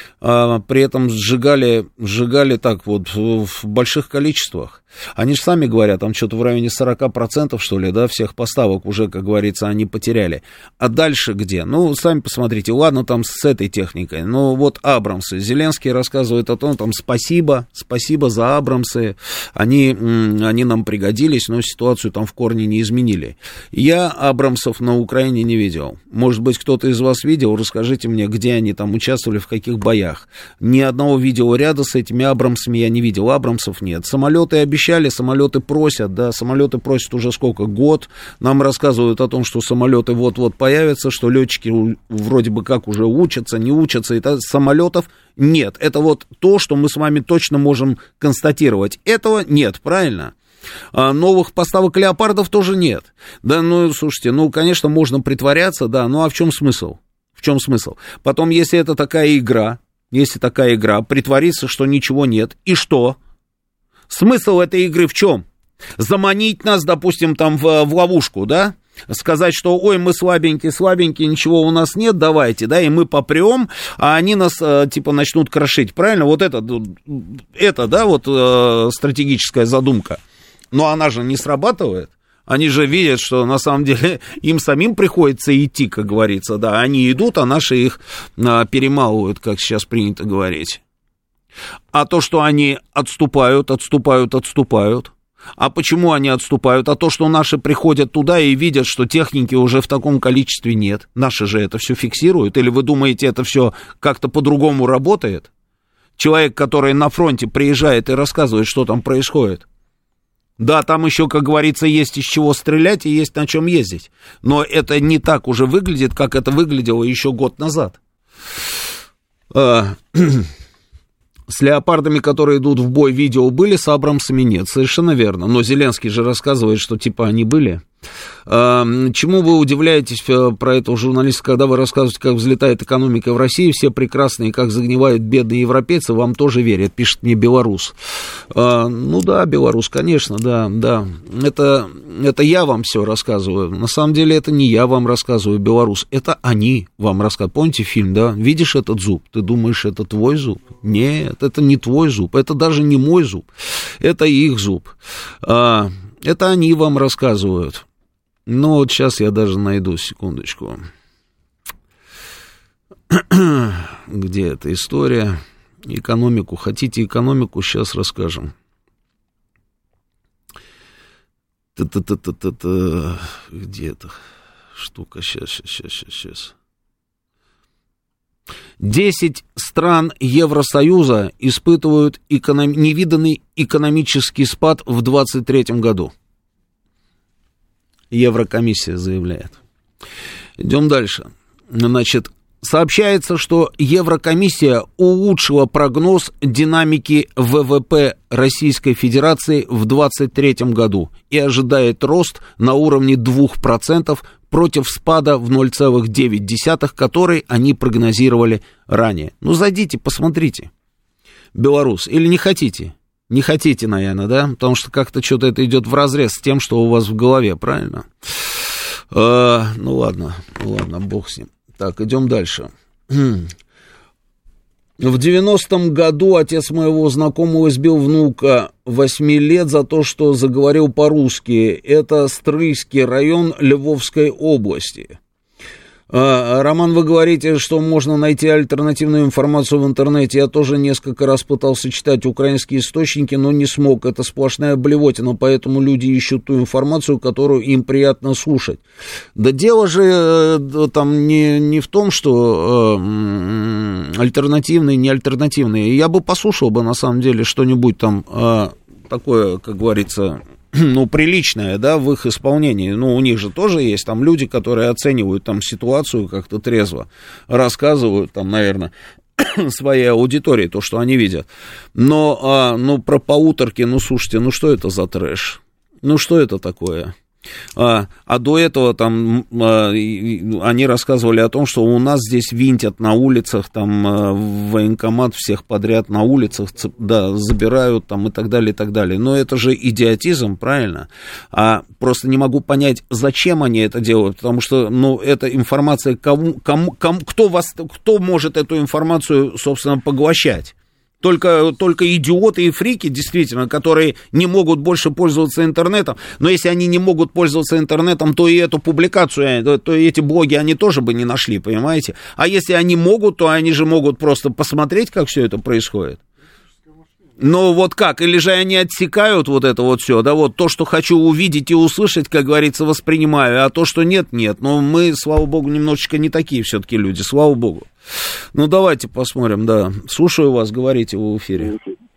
а при этом сжигали, сжигали так вот в больших количествах. Они же сами говорят, там что-то в районе сорок процентов, что ли, да, всех поставок уже, как говорится, они потеряли. А дальше где? Ну, сами посмотрите, ладно, там с этой техникой, но вот Абрамсы. Зеленский рассказывает о том, там, спасибо, спасибо за Абрамсы, они, они нам пригодились, но ситуацию там в корне не изменили. Я Абрамсов на Украине не видел. Может быть, кто-то из вас видел, расскажите мне, где они там участвовали, в каких боях. Ни одного видеоряда с этими Абрамсами я не видел, Абрамсов нет. Самолеты обещали, самолеты просят, да, самолеты просят уже сколько, год, нам рассказывают о том, что самолеты вот-вот появятся, что летчики вроде бы как уже учатся, не учатся, и самолетов нет, это вот то, что мы с вами точно можем констатировать, этого нет, правильно? А новых поставок леопардов тоже нет, да, ну, слушайте, ну, конечно, можно притворяться, да, ну, а в чем смысл? В чем смысл? Потом, если это такая игра, если такая игра, притвориться, что ничего нет, и что? Смысл этой игры в чем? Заманить нас, допустим, там в, в ловушку, да? Сказать, что, ой, мы слабенькие, слабенькие, ничего у нас нет, давайте, да, и мы попрем, а они нас, типа, начнут крошить, правильно? Вот это, это, да, вот стратегическая задумка. Но она же не срабатывает. Они же видят, что на самом деле им самим приходится идти, как говорится, да. Они идут, а наши их перемалывают, как сейчас принято говорить. А то, что они отступают, отступают, отступают. А почему они отступают? А то, что наши приходят туда и видят, что техники уже в таком количестве нет. Наши же это все фиксируют. Или вы думаете, это все как-то по-другому работает? Человек, который на фронте приезжает и рассказывает, что там происходит. Да, там еще, как говорится, есть из чего стрелять и есть на чем ездить. Но это не так уже выглядит, как это выглядело еще год назад. С леопардами, которые идут в бой, видео были, с Абрамсами нет, совершенно верно. Но Зеленский же рассказывает, что типа они были. А, чему вы удивляетесь про этого журналиста, когда вы рассказываете, как взлетает экономика в России, все прекрасные, как загнивают бедные европейцы, вам тоже верят, пишет мне белорус. А, ну да, белорус, конечно, да, да. Это, это я вам все рассказываю. На самом деле это не я вам рассказываю, белорус, это они вам рассказывают. Помните фильм, да? Видишь этот зуб? Ты думаешь, это твой зуб? Нет, это не твой зуб, это даже не мой зуб, это их зуб. А, это они вам рассказывают. Ну, вот сейчас я даже найду, секундочку. Где эта история? Экономику. Хотите экономику? Сейчас расскажем. Та-та-та-та-та-та. Где эта штука? Сейчас, сейчас, сейчас, сейчас. Десять стран Евросоюза испытывают эконом... невиданный экономический спад в двадцать третьем году. Еврокомиссия заявляет. Идем дальше. Значит, сообщается, что Еврокомиссия улучшила прогноз динамики ВВП Российской Федерации в двадцать третьем году и ожидает рост на уровне двух процентов против спада в ноль целых девять десятых, который они прогнозировали ранее. Ну, зайдите, посмотрите. Белорус. Или не хотите? Не хотите, наверное, да? Потому что как-то что-то это идет вразрез с тем, что у вас в голове, правильно? Э, ну, ладно, ну, ладно, бог с ним. Так, идем дальше. В девяностом году отец моего знакомого избил внука восьми лет за то, что заговорил по-русски. Это Стрийский район Львовской области. Роман, вы говорите, что можно найти альтернативную информацию в интернете. Я тоже несколько раз пытался читать украинские источники, но не смог. Это сплошная блевотина, поэтому люди ищут ту информацию, которую им приятно слушать. Да дело же там не, не в том, что э, альтернативные, не альтернативные. Я бы послушал бы, на самом деле, что-нибудь там э, такое, как говорится... ну, приличное, да, в их исполнении. Ну, у них же тоже есть там люди, которые оценивают там ситуацию как-то трезво, рассказывают там, наверное, своей аудитории то, что они видят. Но, а, ну, про поуторки, ну, слушайте, ну, что это за трэш? Ну, что это такое? А, а до этого там а, они рассказывали о том, что у нас здесь винтят на улицах, там а, военкомат всех подряд на улицах, да, забирают там и так далее, и так далее. Но это же идиотизм, правильно? А просто не могу понять, зачем они это делают, потому что, ну, эта информация, кому, кому, кому, кто, вас, кто может эту информацию, собственно, поглощать? Только, только идиоты и фрики, действительно, которые не могут больше пользоваться интернетом. Но если они не могут пользоваться интернетом, то и эту публикацию, то, то и эти блоги они тоже бы не нашли, понимаете? А если они могут, то они же могут просто посмотреть, как все это происходит. Ну, вот как? Или же они отсекают вот это вот все, да, вот то, что хочу увидеть и услышать, как говорится, воспринимаю, а то, что нет, нет. Но мы, слава богу, немножечко не такие все-таки люди, слава богу. Ну, давайте посмотрим, да. Слушаю вас, говорите в эфире.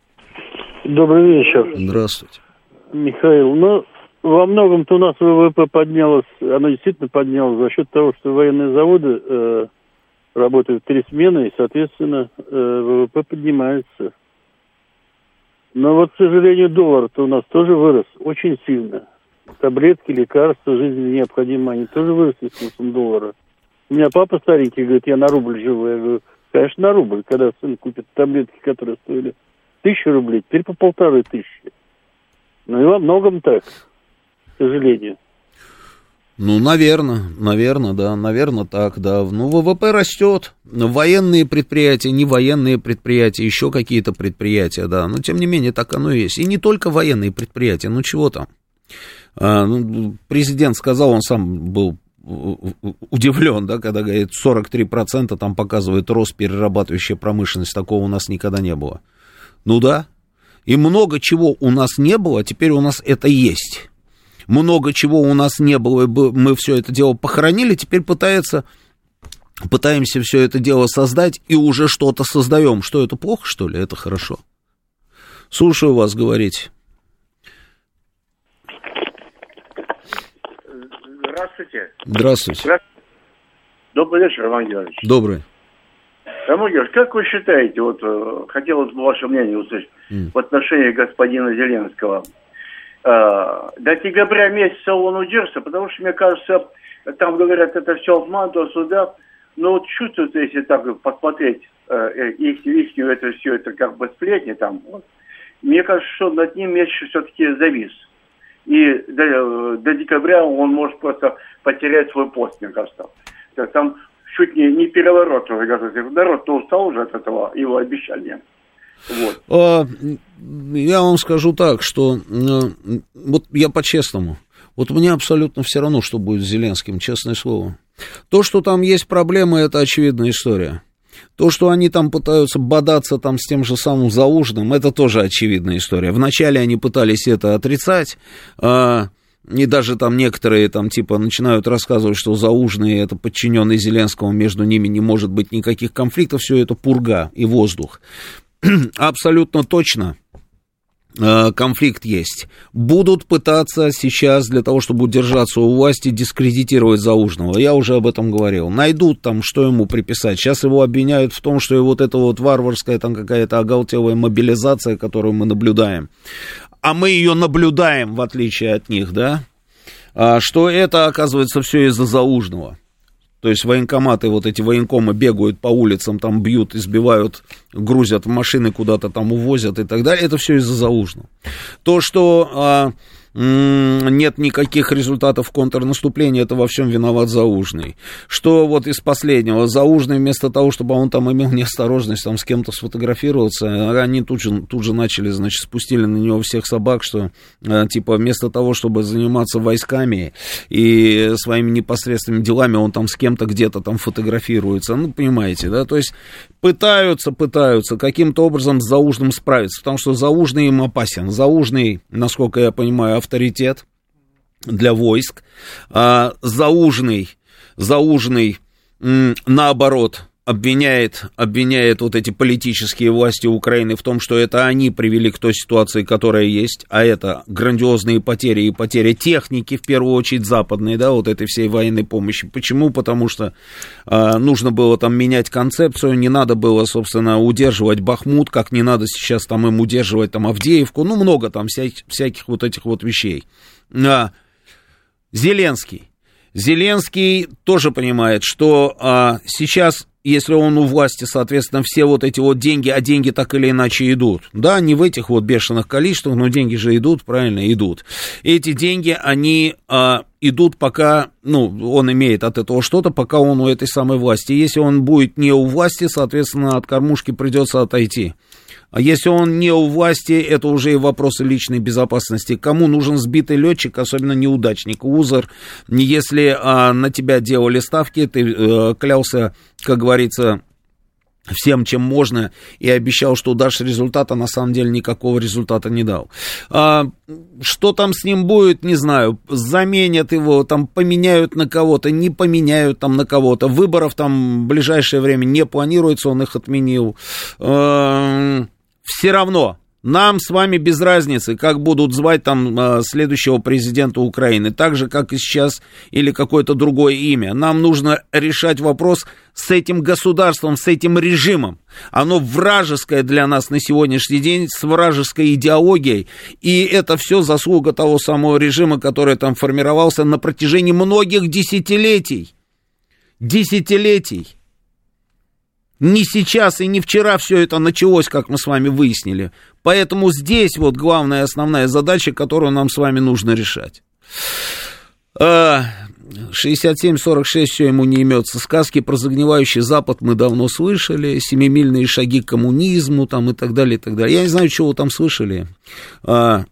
Добрый вечер. Здравствуйте. Михаил, ну, во многом-то у нас ВВП поднялось, оно действительно поднялось за счет того, что военные заводы э, работают в три смены, и, соответственно, э, ВВП поднимается. Но вот, к сожалению, доллар-то у нас тоже вырос очень сильно. Таблетки, лекарства, жизненно необходимые, они тоже выросли с курсом доллара. У меня папа старенький говорит, я на рубль живу. Я говорю, конечно, на рубль, когда сын купит таблетки, которые стоили тысячу рублей, теперь по полторы тысячи. Ну и во многом так, к сожалению. Ну, наверное, наверное, да, наверное, так, да. Ну, ВВП растет, военные предприятия, не военные предприятия, еще какие-то предприятия, да, но тем не менее так оно и есть. И не только военные предприятия, ну чего там. А, ну, президент сказал, он сам был удивлен, да, когда говорит, сорок три процента там показывает рост перерабатывающая промышленность, такого у нас никогда не было. Ну да, и много чего у нас не было, теперь у нас это есть. Много чего у нас не было, мы все это дело похоронили, теперь пытается, пытаемся все это дело создать и уже что-то создаем. Что, это плохо, что ли? Это хорошо. Слушаю вас, говорите. Здравствуйте. Здравствуйте. Здравствуйте. Добрый вечер, Роман Георгиевич. Добрый. Роман Георгиевич, как вы считаете, вот хотелось бы ваше мнение услышать mm. в отношении господина Зеленского? До декабря месяца он удержится, потому что, мне кажется, там говорят, это все обман, то сюда. Но вот чувствуется, если так посмотреть их, их это все, это как бы сплетни там. Вот. Мне кажется, что над ним меньше все-таки завис. И до, до декабря он может просто потерять свой пост, мне кажется. Там чуть не, не переворот уже готовится. Народ-то устал уже от этого его обещания. Вот. Я вам скажу так, что вот я по-честному, вот мне абсолютно все равно, что будет с Зеленским, честное слово. То, что там есть проблемы, это очевидная история. То, что они там пытаются бодаться там с тем же самым Залужным, это тоже очевидная история. Вначале они пытались это отрицать, и даже там некоторые там типа начинают рассказывать, что Залужный это подчиненный Зеленскому, между ними не может быть никаких конфликтов, все это пурга и воздух. Абсолютно точно конфликт есть. Будут пытаться сейчас для того, чтобы удержаться у власти, дискредитировать Залужного. Я уже об этом говорил. Найдут там, что ему приписать. Сейчас его обвиняют в том, что и вот эта вот варварская там какая-то оголтелая мобилизация, которую мы наблюдаем. А мы ее наблюдаем, в отличие от них, да? А что это, оказывается, все из-за Залужного. То есть военкоматы, вот эти военкомы бегают по улицам, там бьют, избивают, грузят машины куда-то там увозят и так далее. Это все из-за Залужного. То, что а, нет никаких результатов контрнаступления, это во всем виноват Залужный. Что вот из последнего, Залужный вместо того, чтобы он там имел неосторожность там с кем-то сфотографироваться, они тут же, тут же начали, значит, спустили на него всех собак, что типа вместо того, чтобы заниматься войсками и своими непосредственными делами, он там с кем-то где-то там фотографируется. Ну, понимаете, да, то есть пытаются, пытаются каким-то образом с Залужным справиться, потому что Залужный им опасен. Залужный, насколько я понимаю, авторитет для войск. А, Залужный, Залужный, м, наоборот, обвиняет, обвиняет вот эти политические власти Украины в том, что это они привели к той ситуации, которая есть, а это грандиозные потери и потери техники, в первую очередь западной, да, вот этой всей военной помощи. Почему? Потому что э, нужно было там менять концепцию, не надо было, собственно, удерживать Бахмут, как не надо сейчас там им удерживать там Авдеевку, ну, много там всяких, всяких вот этих вот вещей. А, Зеленский. Зеленский тоже понимает, что а, сейчас, если он у власти, соответственно, все вот эти вот деньги, а деньги так или иначе идут, да, не в этих вот бешеных количествах, но деньги же идут, правильно, идут. Эти деньги, они а, идут пока, ну, он имеет от этого что-то, пока он у этой самой власти. Если он будет не у власти, соответственно, от кормушки придется отойти. А если он не у власти, это уже и вопросы личной безопасности. Кому нужен сбитый летчик, особенно неудачник, лузер, если а, на тебя делали ставки, ты а, клялся, как говорится, всем, чем можно, и обещал, что дашь результат, а на самом деле никакого результата не дал. А, что там с ним будет, не знаю, заменят его, там поменяют на кого-то, не поменяют там на кого-то, выборов там в ближайшее время не планируется, он их отменил. А, все равно нам с вами без разницы, как будут звать там следующего президента Украины, так же, как и сейчас, или какое-то другое имя. Нам нужно решать вопрос с этим государством, с этим режимом. Оно вражеское для нас на сегодняшний день, с вражеской идеологией, и это все заслуга того самого режима, который там формировался на протяжении многих десятилетий. Десятилетий. Не сейчас и не вчера все это началось, как мы с вами выяснили. Поэтому здесь вот главная основная задача, которую нам с вами нужно решать. шестьдесят семь сорок шесть, все ему не имется. Сказки про загнивающий Запад мы давно слышали. Семимильные шаги к коммунизму там, и так далее, и так далее. Я не знаю, чего вы там слышали. А,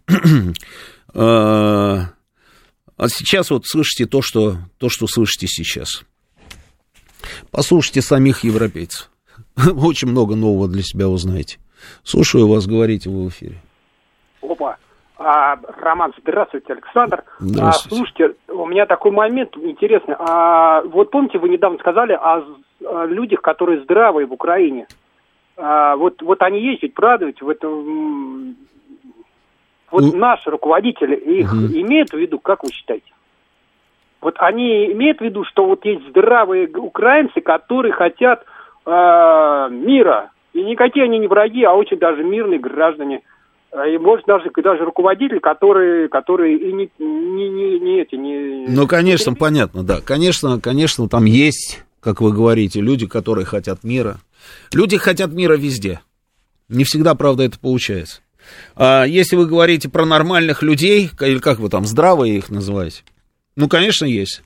а, а сейчас вот слышите то что, то, что слышите сейчас. Послушайте самих европейцев. Очень много нового для себя узнаете. Слушаю вас, говорите вы в эфире. Опа. А, Роман, здравствуйте, Александр. Здравствуйте. А, слушайте, у меня такой момент интересный. А, вот помните, вы недавно сказали о, о людях, которые здравые в Украине. А, вот, вот они есть, ведь правда, ведь в этом... Вот ну, наши руководители их угу. имеют в виду, как вы считаете? Вот они имеют в виду, что вот есть здравые украинцы, которые хотят э, мира. И никакие они не враги, а очень даже мирные граждане. И может даже, даже руководители, которые, которые и не, не, не, не эти... Не... Ну, конечно, не... понятно, да. Конечно, конечно, там есть, как вы говорите, люди, которые хотят мира. Люди хотят мира везде. Не всегда, правда, это получается. А если вы говорите про нормальных людей, или как вы там, здравые их называете, ну, конечно, есть.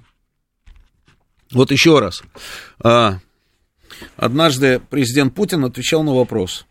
Вот еще раз. А, однажды президент Путин отвечал на вопрос.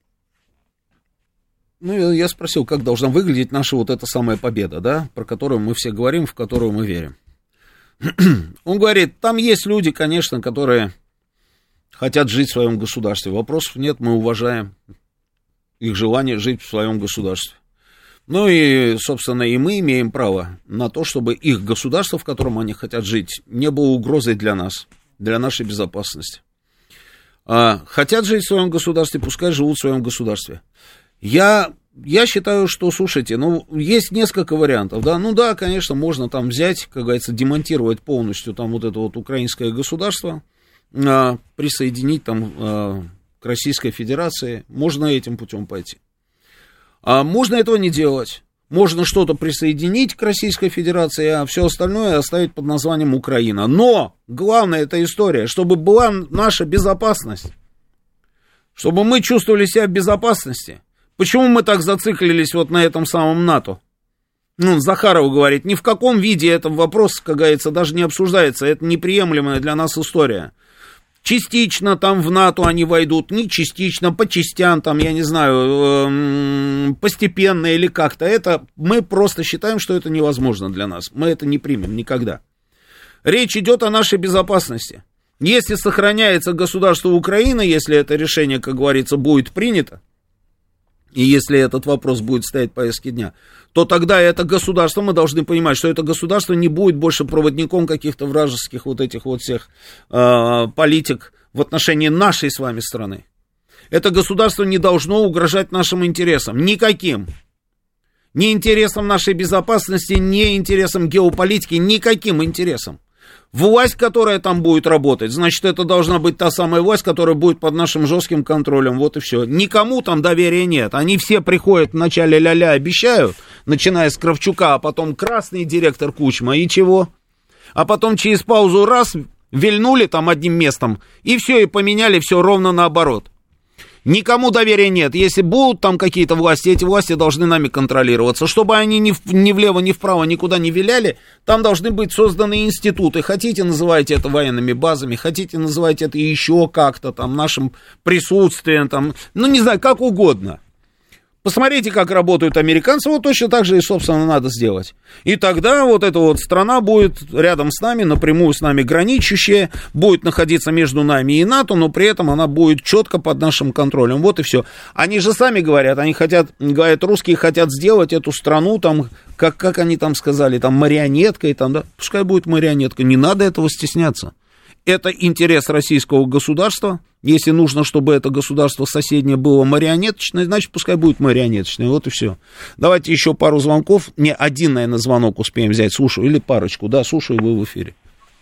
Ну, я спросил, как должна выглядеть наша вот эта самая победа, да, про которую мы все говорим, в которую мы верим. Он говорит, там есть люди, конечно, которые хотят жить в своем государстве. Вопросов нет, мы уважаем их желание жить в своем государстве. Ну и, собственно, и мы имеем право на то, чтобы их государство, в котором они хотят жить, не было угрозой для нас, для нашей безопасности. А, хотят жить в своем государстве, пускай живут в своем государстве. Я, я считаю, что, слушайте, ну, есть несколько вариантов, да, ну да, конечно, можно там взять, как говорится, демонтировать полностью там вот это вот украинское государство, а, присоединить там а, к Российской Федерации, можно этим путем пойти. А можно этого не делать. Можно что-то присоединить к Российской Федерации, а все остальное оставить под названием Украина. Но главная эта история, чтобы была наша безопасность. Чтобы мы чувствовали себя в безопасности. Почему мы так зациклились вот на этом самом НАТО? Ну, Захарова говорит, ни в каком виде этот вопрос, как говорится, даже не обсуждается. Это неприемлемая для нас история. Частично там в НАТО они войдут, не частично, по частям, там, я не знаю, постепенно или как-то. Это мы просто считаем, что это невозможно для нас. Мы это не примем никогда. Речь идет о нашей безопасности. Если сохраняется государство Украины, если это решение, как говорится, будет принято, и если этот вопрос будет стоять в повестке дня, то тогда это государство, мы должны понимать, что это государство не будет больше проводником каких-то вражеских вот этих вот всех э, политик в отношении нашей с вами страны. Это государство не должно угрожать нашим интересам, никаким. Ни интересам нашей безопасности, ни интересам геополитики, никаким интересам. Власть, которая там будет работать, значит, это должна быть та самая власть, которая будет под нашим жестким контролем, вот и все. Никому там доверия нет. Они все приходят вначале ля-ля обещают, начиная с Кравчука, а потом красный директор Кучма, и чего? А потом через паузу раз, вильнули там одним местом, и все, и поменяли все ровно наоборот. Никому доверия нет. Если будут там какие-то власти, эти власти должны нами контролироваться. Чтобы они ни, в, ни влево, ни вправо никуда не виляли, там должны быть созданы институты. Хотите, называйте это военными базами, хотите, называйте это еще как-то, там, нашим присутствием, там, ну, не знаю, как угодно. Посмотрите, как работают американцы, вот точно так же и, собственно, надо сделать. И тогда вот эта вот страна будет рядом с нами, напрямую с нами граничащая, будет находиться между нами и НАТО, но при этом она будет четко под нашим контролем. Вот и все. Они же сами говорят, они хотят, говорят, русские хотят сделать эту страну, там, как, как они там сказали, там, марионеткой, там, да, пускай будет марионетка, не надо этого стесняться. Это интерес российского государства. Если нужно, чтобы это государство соседнее было марионеточное, значит, пускай будет марионеточное. Вот и все. Давайте еще пару звонков. Не, один, наверное, звонок успеем взять. Слушаю. Или парочку. Да, слушаю, вы в эфире.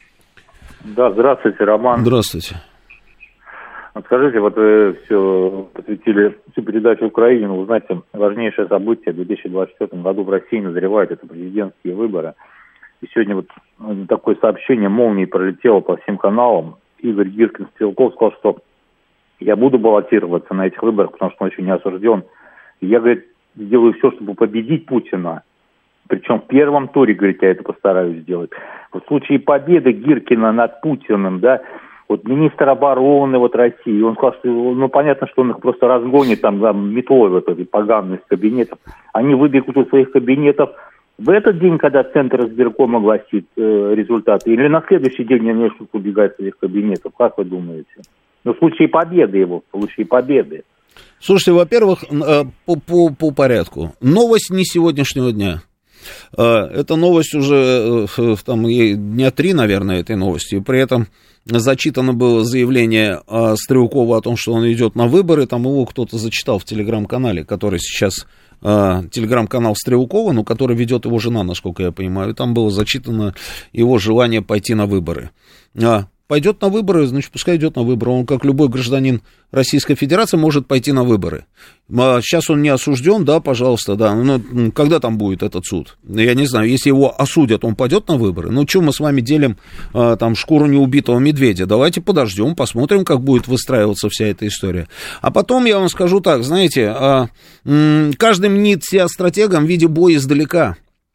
Да, здравствуйте, Роман. Здравствуйте. Скажите, вот вы все посвятили всю передачу Украине, но вы знаете, важнейшее событие в две тысячи двадцать четвёртом году в России назревает, это президентские выборы. И сегодня вот такое сообщение молнией пролетело по всем каналам. Игорь Гиркин-Стрелков сказал, что я буду баллотироваться на этих выборах, потому что он еще не осужден. И я, говорит, сделаю все, чтобы победить Путина. Причем в первом туре, говорит, я это постараюсь сделать. В случае победы Гиркина над Путиным, да, вот министр обороны вот России, он сказал, что, ну, понятно, что он их просто разгонит там, там метлой вот этой поганой из кабинетов. Они выбегут из своих кабинетов в этот день, когда Центр избиркома огласит э, результаты, или на следующий день они начнут убегать из своих кабинетов, как вы думаете? Ну, в случае победы его, в случае победы. Слушайте, во-первых, по, по, по порядку. Новость не сегодняшнего дня. Это новость уже там, дня три, наверное, этой новости. При этом зачитано было заявление Стрелкова о том, что он идет на выборы. Там его кто-то зачитал в телеграм-канале, который сейчас... телеграм-канал Стрелкова, ну, который ведет его жена, насколько я понимаю. Там было зачитано его желание пойти на выборы. Пойдет на выборы, значит, пускай идет на выборы. Он, как любой гражданин Российской Федерации, может пойти на выборы. Сейчас он не осужден, да, пожалуйста, да. Но когда там будет этот суд? Я не знаю, если его осудят, он пойдет на выборы? Ну, что мы с вами делим там шкуру неубитого медведя? Давайте подождем, посмотрим, как будет выстраиваться вся эта история. А потом я вам скажу так, знаете, каждый мнит себя стратегом в виде боя издалека.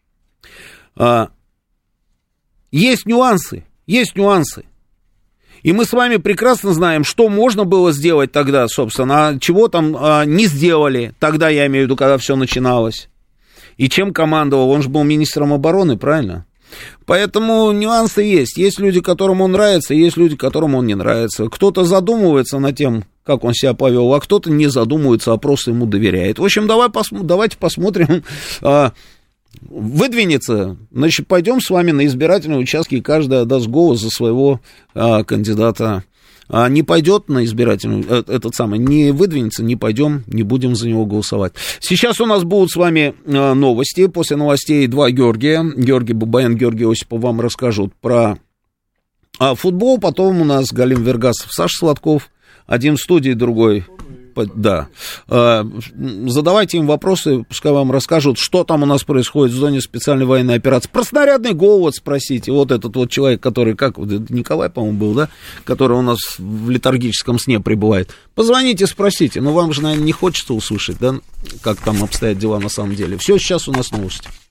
Есть нюансы, есть нюансы. И мы с вами прекрасно знаем, что можно было сделать тогда, собственно, а чего там а, не сделали, тогда, я имею в виду, когда все начиналось. И чем командовал, он же был министром обороны, правильно? Поэтому нюансы есть. Есть люди, которым он нравится, есть люди, которым он не нравится. Кто-то задумывается над тем, как он себя повел, а кто-то не задумывается, а просто ему доверяет. В общем, давай пос- давайте посмотрим... А, выдвинется, значит, пойдем с вами на избирательные участки, и каждый отдаст голос за своего а, кандидата. А не пойдет на избирательную, этот самый, не выдвинется, не пойдем, не будем за него голосовать. Сейчас у нас будут с вами а, новости. После новостей два Георгия. Георгий Бабаян, Георгий Осипов вам расскажут про а, футбол. Потом у нас Галим Вергасов, Саша Сладков. Один в студии, другой... Да. Задавайте им вопросы, пускай вам расскажут, что там у нас происходит в зоне специальной военной операции. Про снарядный голод спросите. Вот этот вот человек, который, как, Николай, по-моему, был, да? Который у нас в летаргическом сне пребывает. Позвоните, спросите. Но вам же, наверное, не хочется услышать, да, как там обстоят дела на самом деле. Все, сейчас у нас новости.